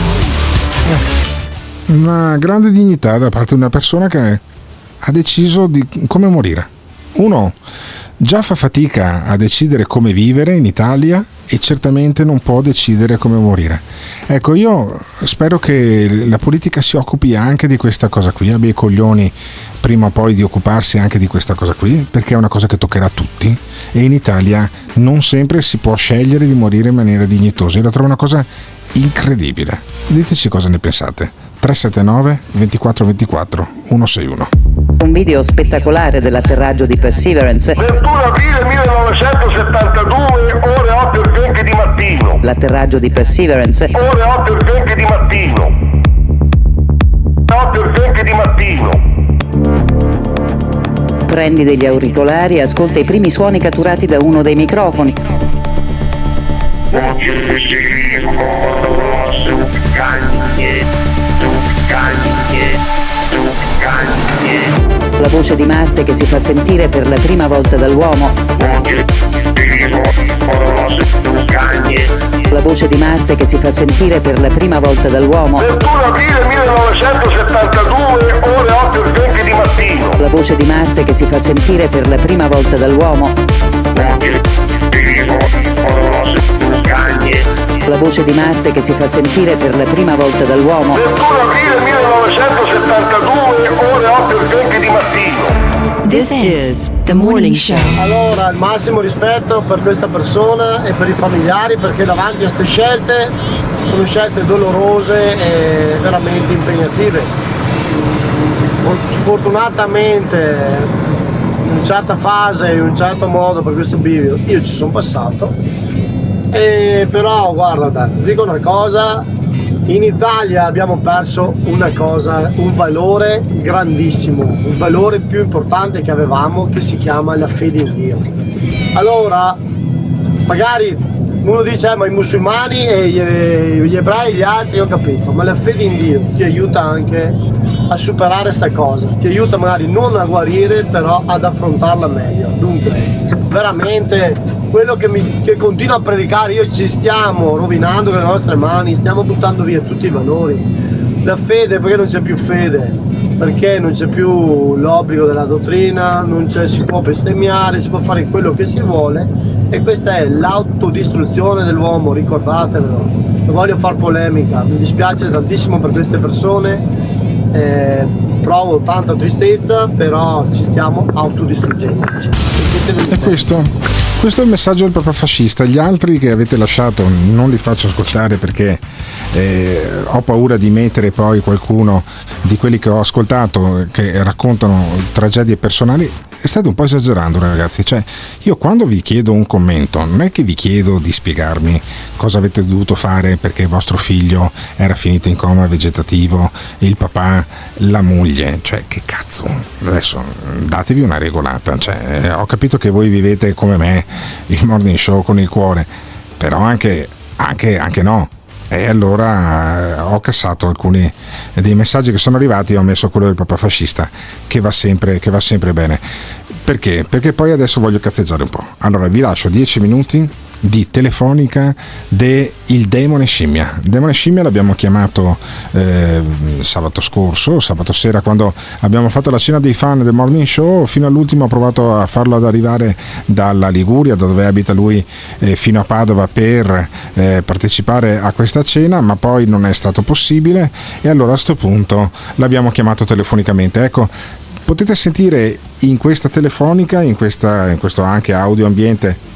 Una grande dignità da parte di una persona che ha deciso di come morire. Uno già fa fatica a decidere come vivere in Italia e certamente non può decidere come morire. Ecco, io spero che la politica si occupi anche di questa cosa qui, abbia i coglioni prima o poi di occuparsi anche di questa cosa qui, perché è una cosa che toccherà a tutti e in Italia non sempre si può scegliere di morire in maniera dignitosa. Io la trovo una cosa incredibile. Diteci cosa ne pensate. 379 24 24 161. Un video spettacolare dell'atterraggio di Perseverance. 21 aprile 1972, ore 8:20 di mattino. L'atterraggio di Perseverance. Ore 8:20 di mattino. 8:20 di mattino. Prendi degli auricolari e ascolta i primi suoni catturati da uno dei microfoni. La voce di Marte che si fa sentire per la prima volta dall'uomo. La voce di Marte che si fa sentire per la prima volta dall'uomo. 21 aprile 1972, ore 8:20 di mattino. La voce di Marte che si fa sentire per la prima volta dall'uomo. La voce di Marte che si fa sentire per la prima volta dall'uomo. 21 aprile 1972, ore 8:20 di mattino. This is The Morning Show. Allora, il massimo rispetto per questa persona e per i familiari, perché davanti a queste scelte sono scelte dolorose e veramente impegnative. Fortunatamente in una certa fase, in un certo modo, per questo bivio io ci sono passato, però guarda, dico una cosa, in Italia abbiamo perso una cosa, un valore grandissimo, un valore più importante che avevamo, che si chiama la fede in Dio. Allora, magari uno dice ma i musulmani e gli ebrei e gli altri, ho capito, ma la fede in Dio ti aiuta anche a superare sta cosa, ti aiuta magari non a guarire, però ad affrontarla meglio. Dunque, veramente quello che continuo a predicare, io ci stiamo rovinando con le nostre mani, stiamo buttando via tutti i valori. La fede, perché non c'è più fede? Perché non c'è più l'obbligo della dottrina, si può bestemmiare, si può fare quello che si vuole, e questa è l'autodistruzione dell'uomo, ricordatevelo. Non voglio far polemica, mi dispiace tantissimo per queste persone, provo tanta tristezza, però ci stiamo autodistruggendo. E questo è il messaggio del Papa fascista. Gli altri che avete lasciato non li faccio ascoltare perché ho paura di mettere poi qualcuno di quelli che ho ascoltato che raccontano tragedie personali. State un po' esagerando, ragazzi. Cioè, io quando vi chiedo un commento non è che vi chiedo di spiegarmi cosa avete dovuto fare perché vostro figlio era finito in coma vegetativo, il papà, la moglie. Cioè, che cazzo, adesso datevi una regolata. Cioè, ho capito che voi vivete come me il morning show con il cuore, però anche no. E allora ho cassato alcuni dei messaggi che sono arrivati e ho messo quello del Papa fascista, che va sempre bene. Perché? Perché poi adesso voglio cazzeggiare un po'. Allora vi lascio 10 minuti di telefonica del Demone Scimmia. Il Demone Scimmia l'abbiamo chiamato sabato sera, quando abbiamo fatto la cena dei fan del morning show. Fino all'ultimo ho provato a farlo ad arrivare dalla Liguria, dove abita lui, fino a Padova per partecipare a questa cena, ma poi non è stato possibile, e allora a sto punto l'abbiamo chiamato telefonicamente. Ecco, potete sentire in questa telefonica, in questo anche audio ambiente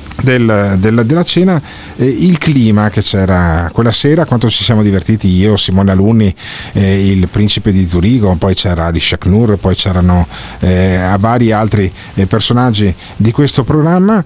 della cena, il clima che c'era quella sera, quanto ci siamo divertiti io, Simone Alunni, il principe di Zurigo, poi c'era Ali Shaknur, poi c'erano vari altri personaggi di questo programma,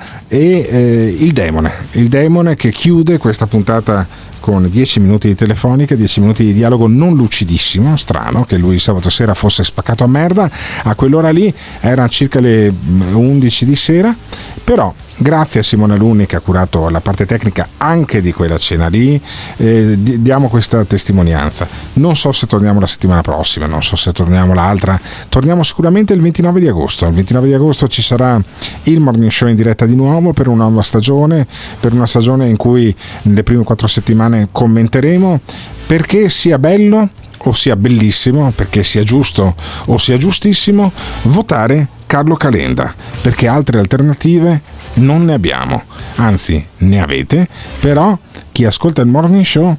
e il demone che chiude questa puntata con 10 minuti di telefonica, 10 minuti di dialogo non lucidissimo. Strano che lui sabato sera fosse spaccato a merda, a quell'ora lì erano circa le 11 di sera, però grazie a Simone Alunni che ha curato la parte tecnica anche di quella cena lì, diamo questa testimonianza. Non so se torniamo la settimana prossima, non so se torniamo l'altra, torniamo sicuramente il 29 di agosto. Il 29 di agosto ci sarà il morning show in diretta di nuovo per una nuova stagione, per una stagione in cui nelle prime 4 settimane commenteremo, perché sia bello o sia bellissimo, perché sia giusto o sia giustissimo votare Carlo Calenda, perché altre alternative non ne abbiamo, anzi ne avete, però chi ascolta il morning show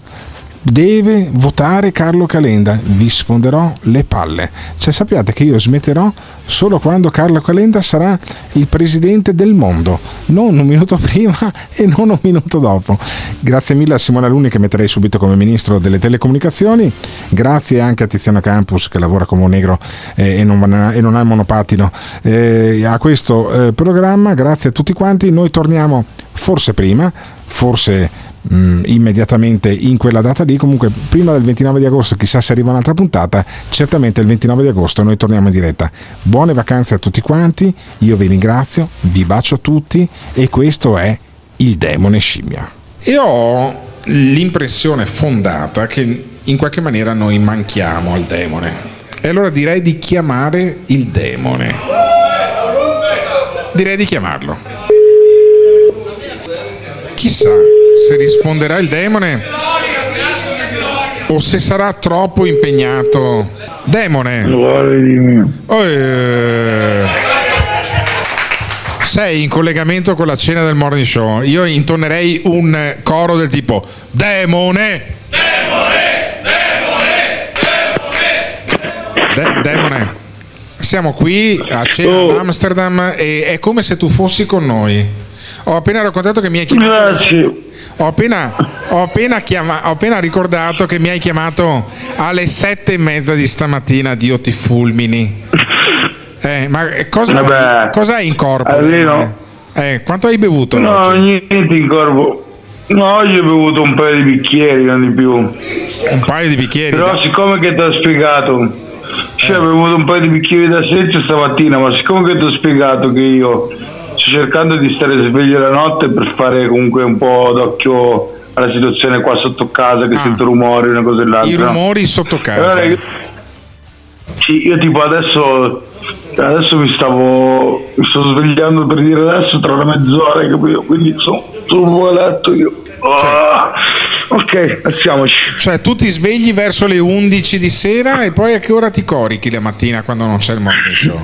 deve votare Carlo Calenda. Vi sfonderò le palle, cioè sappiate che io smetterò solo quando Carlo Calenda sarà il presidente del mondo, non un minuto prima e non un minuto dopo. Grazie mille a Simone Alunni, che metterei subito come ministro delle telecomunicazioni. Grazie anche a Tiziano Campus, che lavora come un negro e non ha il monopattino a questo programma. Grazie a tutti quanti. Noi torniamo forse prima, forse immediatamente in quella data lì, comunque prima del 29 di agosto, chissà se arriva un'altra puntata, certamente il 29 di agosto noi torniamo in diretta. Buone vacanze a tutti quanti, io vi ringrazio, vi bacio tutti, e questo è il Demone Scimmia. E ho l'impressione fondata che in qualche maniera noi manchiamo al demone. E allora direi di chiamare il demone. Direi di chiamarlo. Chissà se risponderà il demone o se sarà troppo impegnato. Demone, sei in collegamento con la cena del morning show. Io intonerei un coro del tipo demone, demone. Siamo qui a cena ad Amsterdam e è come se tu fossi con noi. Ho appena raccontato che mi hai chiamato. Ho appena ricordato che mi hai chiamato alle 7:30 di stamattina. Dio ti fulmini. Ma cosa hai in corpo? Quanto hai bevuto? No, oggi? Niente in corpo. No, oggi ho bevuto un paio di bicchieri, non di più. Un paio di bicchieri? Però siccome che ti ho spiegato, ho bevuto un paio di bicchieri da senza stamattina, ma siccome che ti ho spiegato che io sto cercando di stare sveglio la notte per fare comunque un po' d'occhio alla situazione qua sotto casa, che sento rumori, una cosa e l'altra. I rumori sotto casa? Allora, io tipo adesso mi sto svegliando, per dire adesso tra una mezz'ora, capito? Quindi sono un po' a letto io. Ok, passiamoci. Cioè tu ti svegli verso le 11 di sera e poi a che ora ti corichi la mattina quando non c'è il morning show?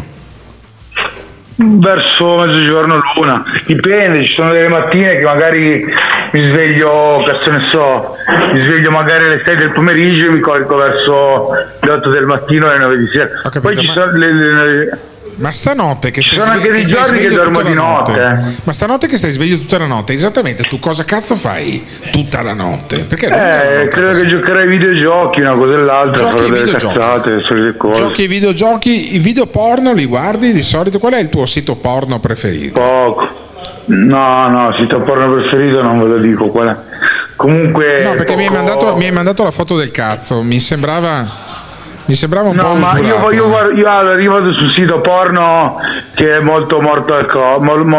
Verso mezzogiorno, l'una, dipende. Ci sono delle mattine che magari mi sveglio, cazzo ne so, mi sveglio magari alle 6 del pomeriggio e mi corico verso le 8 del mattino e alle 9 di sera. Poi ci sono Ma stanotte che ci sono anche dei giorni che dormo di notte. Ma stanotte che stai sveglio tutta la notte, esattamente tu cosa cazzo fai tutta la notte? Perché credo che giocherai ai videogiochi, una cosa e l'altra, farò delle cazzate, solite cose. Giochi ai videogiochi, i video porno li guardi di solito? Qual è il tuo sito porno preferito? Poco. No, sito porno preferito non ve lo dico qual è. Comunque no, perché mi hai mandato la foto del cazzo, mi sembrava un po' ma usurato. io arrivo sul sito porno che è molto hardcore.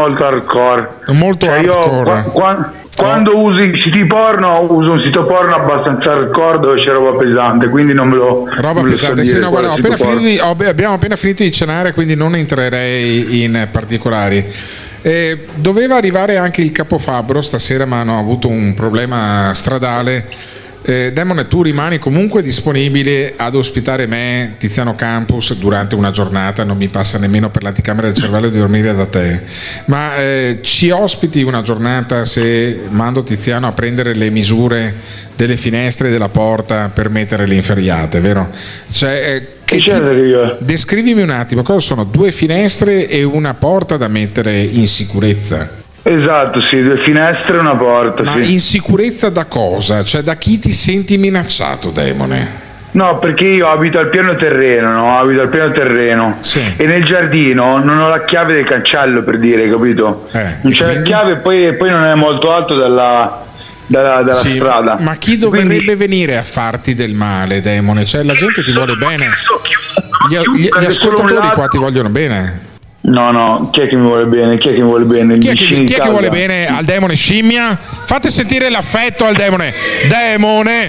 Molto hardcore. Quando uso i siti porno, uso un sito porno abbastanza hardcore dove c'è roba pesante, quindi non me lo roba non pesante. So sì, no, guarda, abbiamo appena finito di cenare, quindi non entrerei in particolari. Doveva arrivare anche il capofabbro stasera, ma hanno avuto un problema stradale. Demone, tu rimani comunque disponibile ad ospitare me, Tiziano Campus, durante una giornata? Non mi passa nemmeno per l'anticamera del cervello di dormire da te, ma ci ospiti una giornata se mando Tiziano a prendere le misure delle finestre e della porta per mettere le inferriate, vero? Cioè, descrivimi un attimo cosa sono 2 finestre e una porta da mettere in sicurezza. Esatto, sì, 2 finestre e una porta. Ma sì. In sicurezza da cosa? Cioè da chi ti senti minacciato, demone? No, perché io abito al piano terreno, sì. E nel giardino non ho la chiave del cancello, per dire, capito? Non c'è la chiave e poi non è molto alto dalla sì, strada. Ma chi dovrebbe venire a farti del male, demone? Cioè la gente ti vuole bene. Gli ascoltatori qua ti vogliono bene. No, chi è che mi vuole bene? Chi è che vuole bene al demone scimmia? Fate sentire l'affetto al demone. Demone!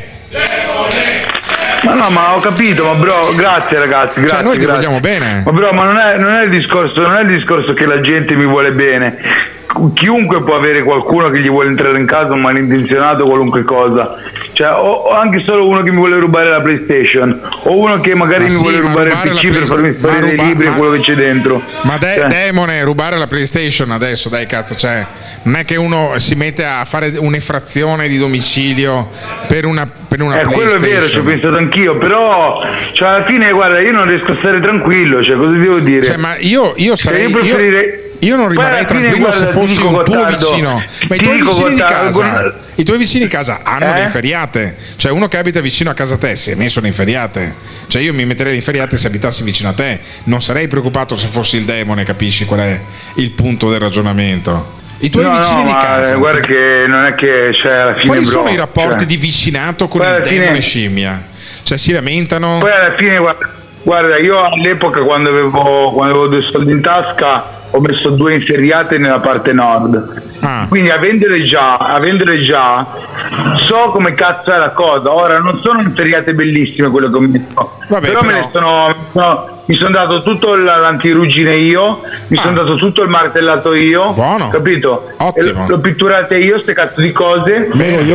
Ma ho capito, ma bro, grazie ragazzi, grazie. Cioè noi ti vogliamo bene. Ma bro, ma non è il discorso che la gente mi vuole bene. Chiunque può avere qualcuno che gli vuole entrare in casa, un malintenzionato, qualunque cosa. Cioè, o anche solo uno che mi vuole rubare la PlayStation, o uno che magari mi vuole rubare il PC per farmi fare dei libri e quello che c'è dentro. Ma demone, rubare la PlayStation adesso, dai cazzo, cioè, non è che uno si mette a fare un'infrazione di domicilio per una PlayStation. Quello è vero, ci ho pensato anch'io, però cioè, alla fine guarda, io non riesco a stare tranquillo, cioè, cosa devo dire? Cioè, ma io sarei io non rimarrei tranquillo se fossi un tuo vicino. Ma i tuoi vicini di casa hanno le inferriate. Cioè uno che abita vicino a casa te si è messo le inferriate. Cioè io mi metterei le inferriate se abitassi vicino a te. Non sarei preoccupato se fossi il demone, capisci qual è il punto del ragionamento? I tuoi vicini di casa. Guarda che non è che c'è alla fine. Quali sono i rapporti di vicinato con il demone scimmia? Cioè si lamentano? Poi alla fine guarda, Guarda, io all'epoca quando avevo 2 soldi in tasca ho messo 2 inferriate nella parte nord. Quindi avendole già so come cazzo è la cosa. Ora non sono inferriate bellissime quello che ho messo. Però mi sono dato tutto l'antiruggine io, mi sono dato tutto il martellato io. Buono. Capito? Ottimo. L'ho pitturate io, ste cazzo di cose.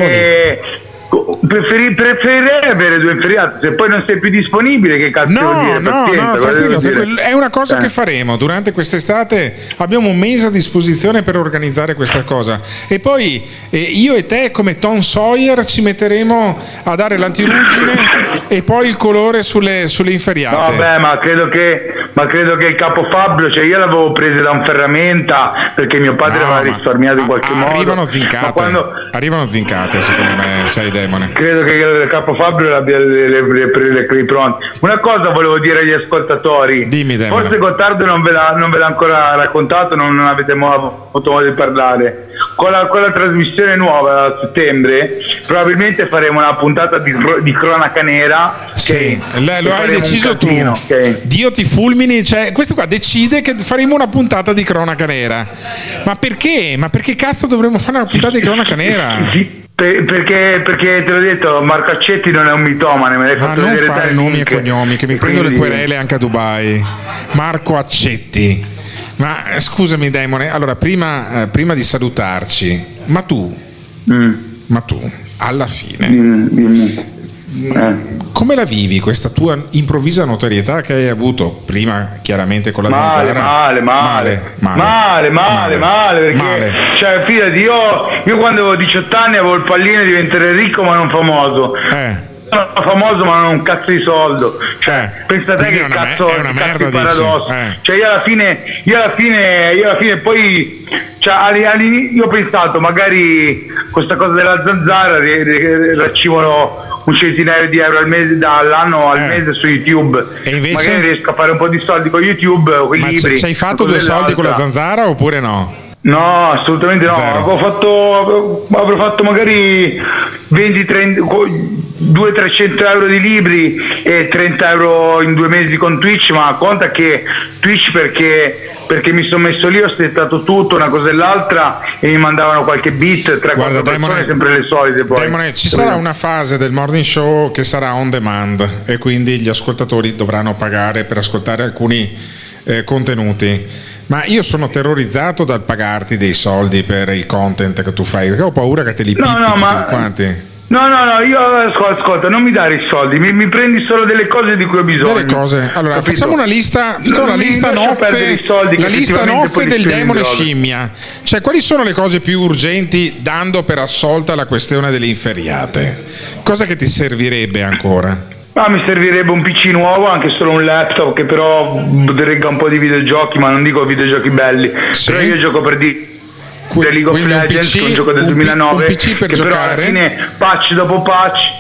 Preferirei avere 2 inferriate. Se poi non sei più disponibile, che cazzo vuol dire? No, tranquillo. È una cosa che faremo durante quest'estate. Abbiamo un mese a disposizione per organizzare questa cosa. E poi io e te, come Tom Sawyer, ci metteremo a dare l'antiruggine e poi il colore sulle inferriate. Vabbè, ma credo che il capo Fabio, cioè io l'avevo preso da un ferramenta perché mio padre aveva risparmiato in qualche modo. Arrivano zincate, secondo me, sei demone. Credo che il capo Fabio abbia le pronte. Una cosa volevo dire agli ascoltatori. Dimmi, demone. Forse Gottardo non ve l'ha ancora raccontato, non avete avuto modo di parlare. Con la trasmissione nuova a settembre probabilmente faremo una puntata di cronaca nera. Sì, lo hai deciso tu. Dio ti fulmini, cioè questo qua decide che faremo una puntata di cronaca nera. Ma perché? Ma perché cazzo dovremmo fare una puntata di cronaca nera? Perché te l'ho detto, Marco Accetti non è un mitomane, me l'hai fatto vedere. Non fare nomi e cognomi, che mi prendo le querele anche a Dubai. Marco Accetti. Ma scusami demone, allora prima di salutarci, ma tu alla fine come la vivi questa tua improvvisa notorietà che hai avuto prima chiaramente con la zanzara? Male, perché cioè fidati, io quando avevo 18 anni avevo il pallino di diventare ricco ma non famoso. Sono famoso ma non ho un cazzo di soldo, cioè pensa te che cazzo di paradosso. Cioè io alla fine poi, cioè io ho pensato magari questa cosa della zanzara racimolo un centinaio di euro al mese, dall'anno al mese su YouTube, e invece magari riesco a fare un po' di soldi con YouTube, con i libri. Ci hai fatto 2 soldi con la zanzara oppure no? No, assolutamente no. Avrò fatto magari 200-300 euro di libri e 30 euro in 2 mesi con Twitch, ma conta che Twitch perché mi sono messo lì, ho settato tutto, una cosa e l'altra, e mi mandavano qualche beat, 3-4 persone, sempre le solite. Poi Demone, ci sarà una fase del morning show che sarà on demand e quindi gli ascoltatori dovranno pagare per ascoltare alcuni contenuti. Ma io sono terrorizzato dal pagarti dei soldi per i content che tu fai, perché ho paura che te li pippi tutti quanti. No, io ascolta, non mi dare i soldi, mi prendi solo delle cose di cui ho bisogno. Delle cose. Allora, capito? facciamo una lista nozze, la lista nozze del demone scimmia. Cioè, quali sono le cose più urgenti dando per assolta la questione delle inferriate? Cosa che ti servirebbe ancora? Mi servirebbe un PC nuovo, anche solo un laptop che però regga un po' di videogiochi, ma non dico videogiochi belli. Sì. Però io gioco per League of Legends, un gioco del 2009, un PC per che giocare? Però alla fine patch dopo patch.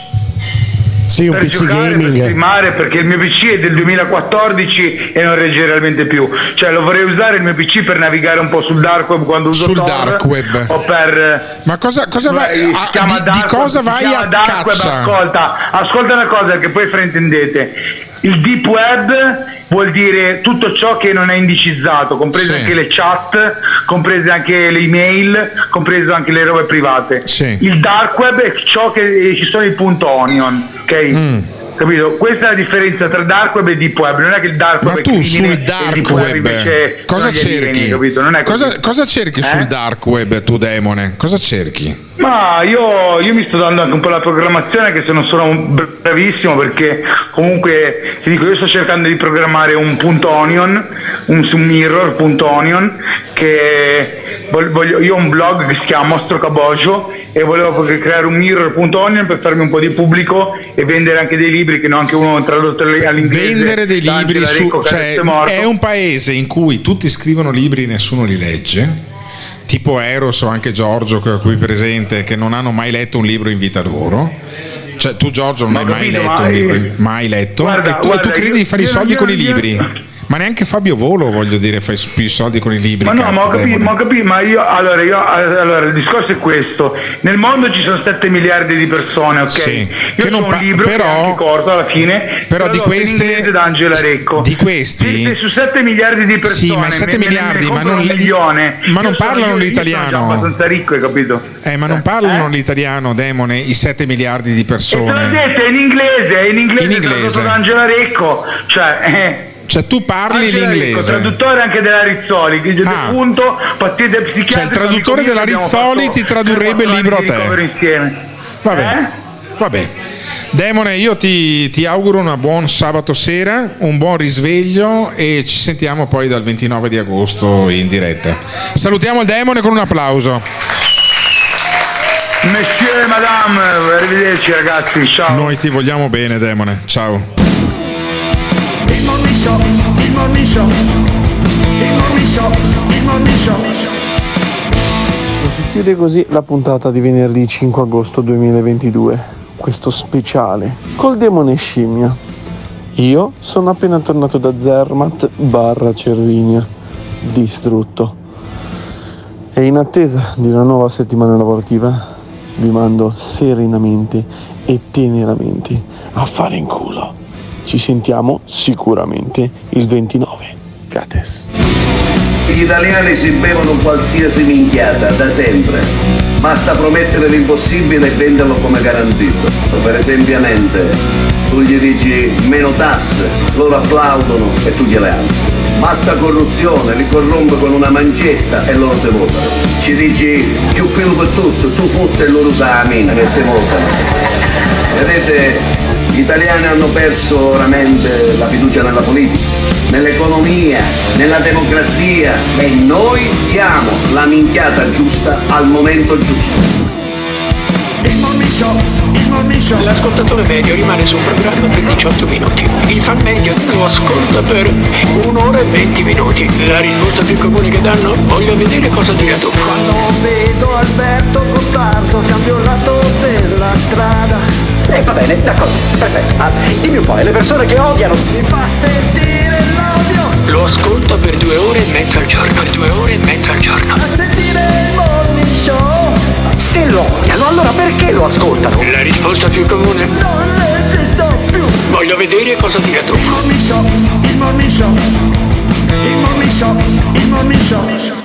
Sì, un per PC giocare, gaming. per streamare, perché il mio PC è del 2014 e non regge realmente più. Cioè lo vorrei usare il mio PC per navigare un po' sul dark web quando uso sul dark web. O per ma cosa vai di cosa vai a dark caccia? Web, ascolta una cosa che poi fraintendete. Il deep web vuol dire tutto ciò che non è indicizzato, comprese anche le chat, comprese anche le email, comprese anche le robe private. Il dark web è ciò che ci sono i .onion, ok? Capito? Questa è la differenza tra dark web e deep web. Non è che il dark web ma tu sul dark web cosa cerchi? Capito? Non è cosa cerchi sul dark web, tu demone? Cosa cerchi? Ma io mi sto dando anche un po' la programmazione, che se non sono bravissimo, perché comunque ti dico, io sto cercando di programmare un .onion, un mirror.onion, che io ho un blog che si chiama Mostro Caboggio e volevo creare un mirror.onion per farmi un po' di pubblico e vendere anche dei libri, che non anche uno tradotto all'inglese. Vendere dei libri cioè, è un paese in cui tutti scrivono libri e nessuno li legge, tipo Eros o anche Giorgio qui presente, che non hanno mai letto un libro in vita loro. Cioè tu Giorgio non hai mai letto un libro, mai letto, e tu credi di fare i soldi con i libri. Ma neanche Fabio Volo, voglio dire, fai più soldi con i libri. Ma no, ma ho capito, ma io allora il discorso è questo: nel mondo ci sono 7 miliardi di persone, ok? Sì, io ho un libro che è anche corto alla fine, però di queste, in inglese da Angela Recco. Di questi su 7 miliardi di persone, sì, ma 7 miliardi, ma non, ma non parlano l'italiano. Io sono abbastanza ricco, hai capito? Ma non parlano l'italiano, Demone, i 7 miliardi di persone. E te l'ho detto, è in inglese, tradotto da Angela Recco, cioè tu parli Angela l'inglese. Recco, traduttore anche della Rizzoli, che punto partite psichiatriche. Cioè il traduttore della Rizzoli ti tradurrebbe il libro a te. Insieme. Vabbè. Demone, io ti auguro un buon sabato sera, un buon risveglio e ci sentiamo poi dal 29 di agosto in diretta. Salutiamo il Demone con un applauso. Monsieur, madame, arrivederci ragazzi, ciao. Noi ti vogliamo bene, Demone, ciao. Il Morning Show, il Morning Show, il Morning Show, il Morning Show. Si chiude così la puntata di venerdì 5 agosto 2022. Questo speciale col Demone Scimmia. Io sono appena tornato da Zermatt / Cervinia, distrutto, e in attesa di una nuova settimana lavorativa vi mando serenamente e teneramente a fare in culo. Ci sentiamo sicuramente il 29. Gates. Gli italiani si bevono qualsiasi minchiata da sempre. Basta promettere l'impossibile e venderlo come garantito. Per esempio, tu gli dici meno tasse, loro applaudono e tu gliele alzi. Basta corruzione, li corrompe con una mancetta e loro te votano. Ci dici più pelo per tutto, tu fotte e loro usa la mina che te votano. Vedete, gli italiani hanno perso veramente la fiducia nella politica, nell'economia, nella democrazia, e noi siamo la minchiata giusta al momento giusto. Il Morning Show, il Morning Show. L'ascoltatore medio rimane sul programma per 18 minuti. Il fan medio lo ascolta per 1 ora e 20 minuti. La risposta più comune che danno: voglio vedere cosa dirà dopo. Quando vedo Alberto Gottardo cambio il lato della strada. Va bene, d'accordo, perfetto. Dimmi un po', le persone che odiano mi fa sentire l'odio. Lo ascolta per 2 ore e mezza al giorno. Per 2 ore e mezza al giorno. A sentire il Morning Show. Se lo odiano, allora perché lo ascoltano? La risposta più comune: non esisto più. Voglio vedere cosa dirà dopo. Il Morning Show, il Morning Show, il Morning Show, il Morning Show.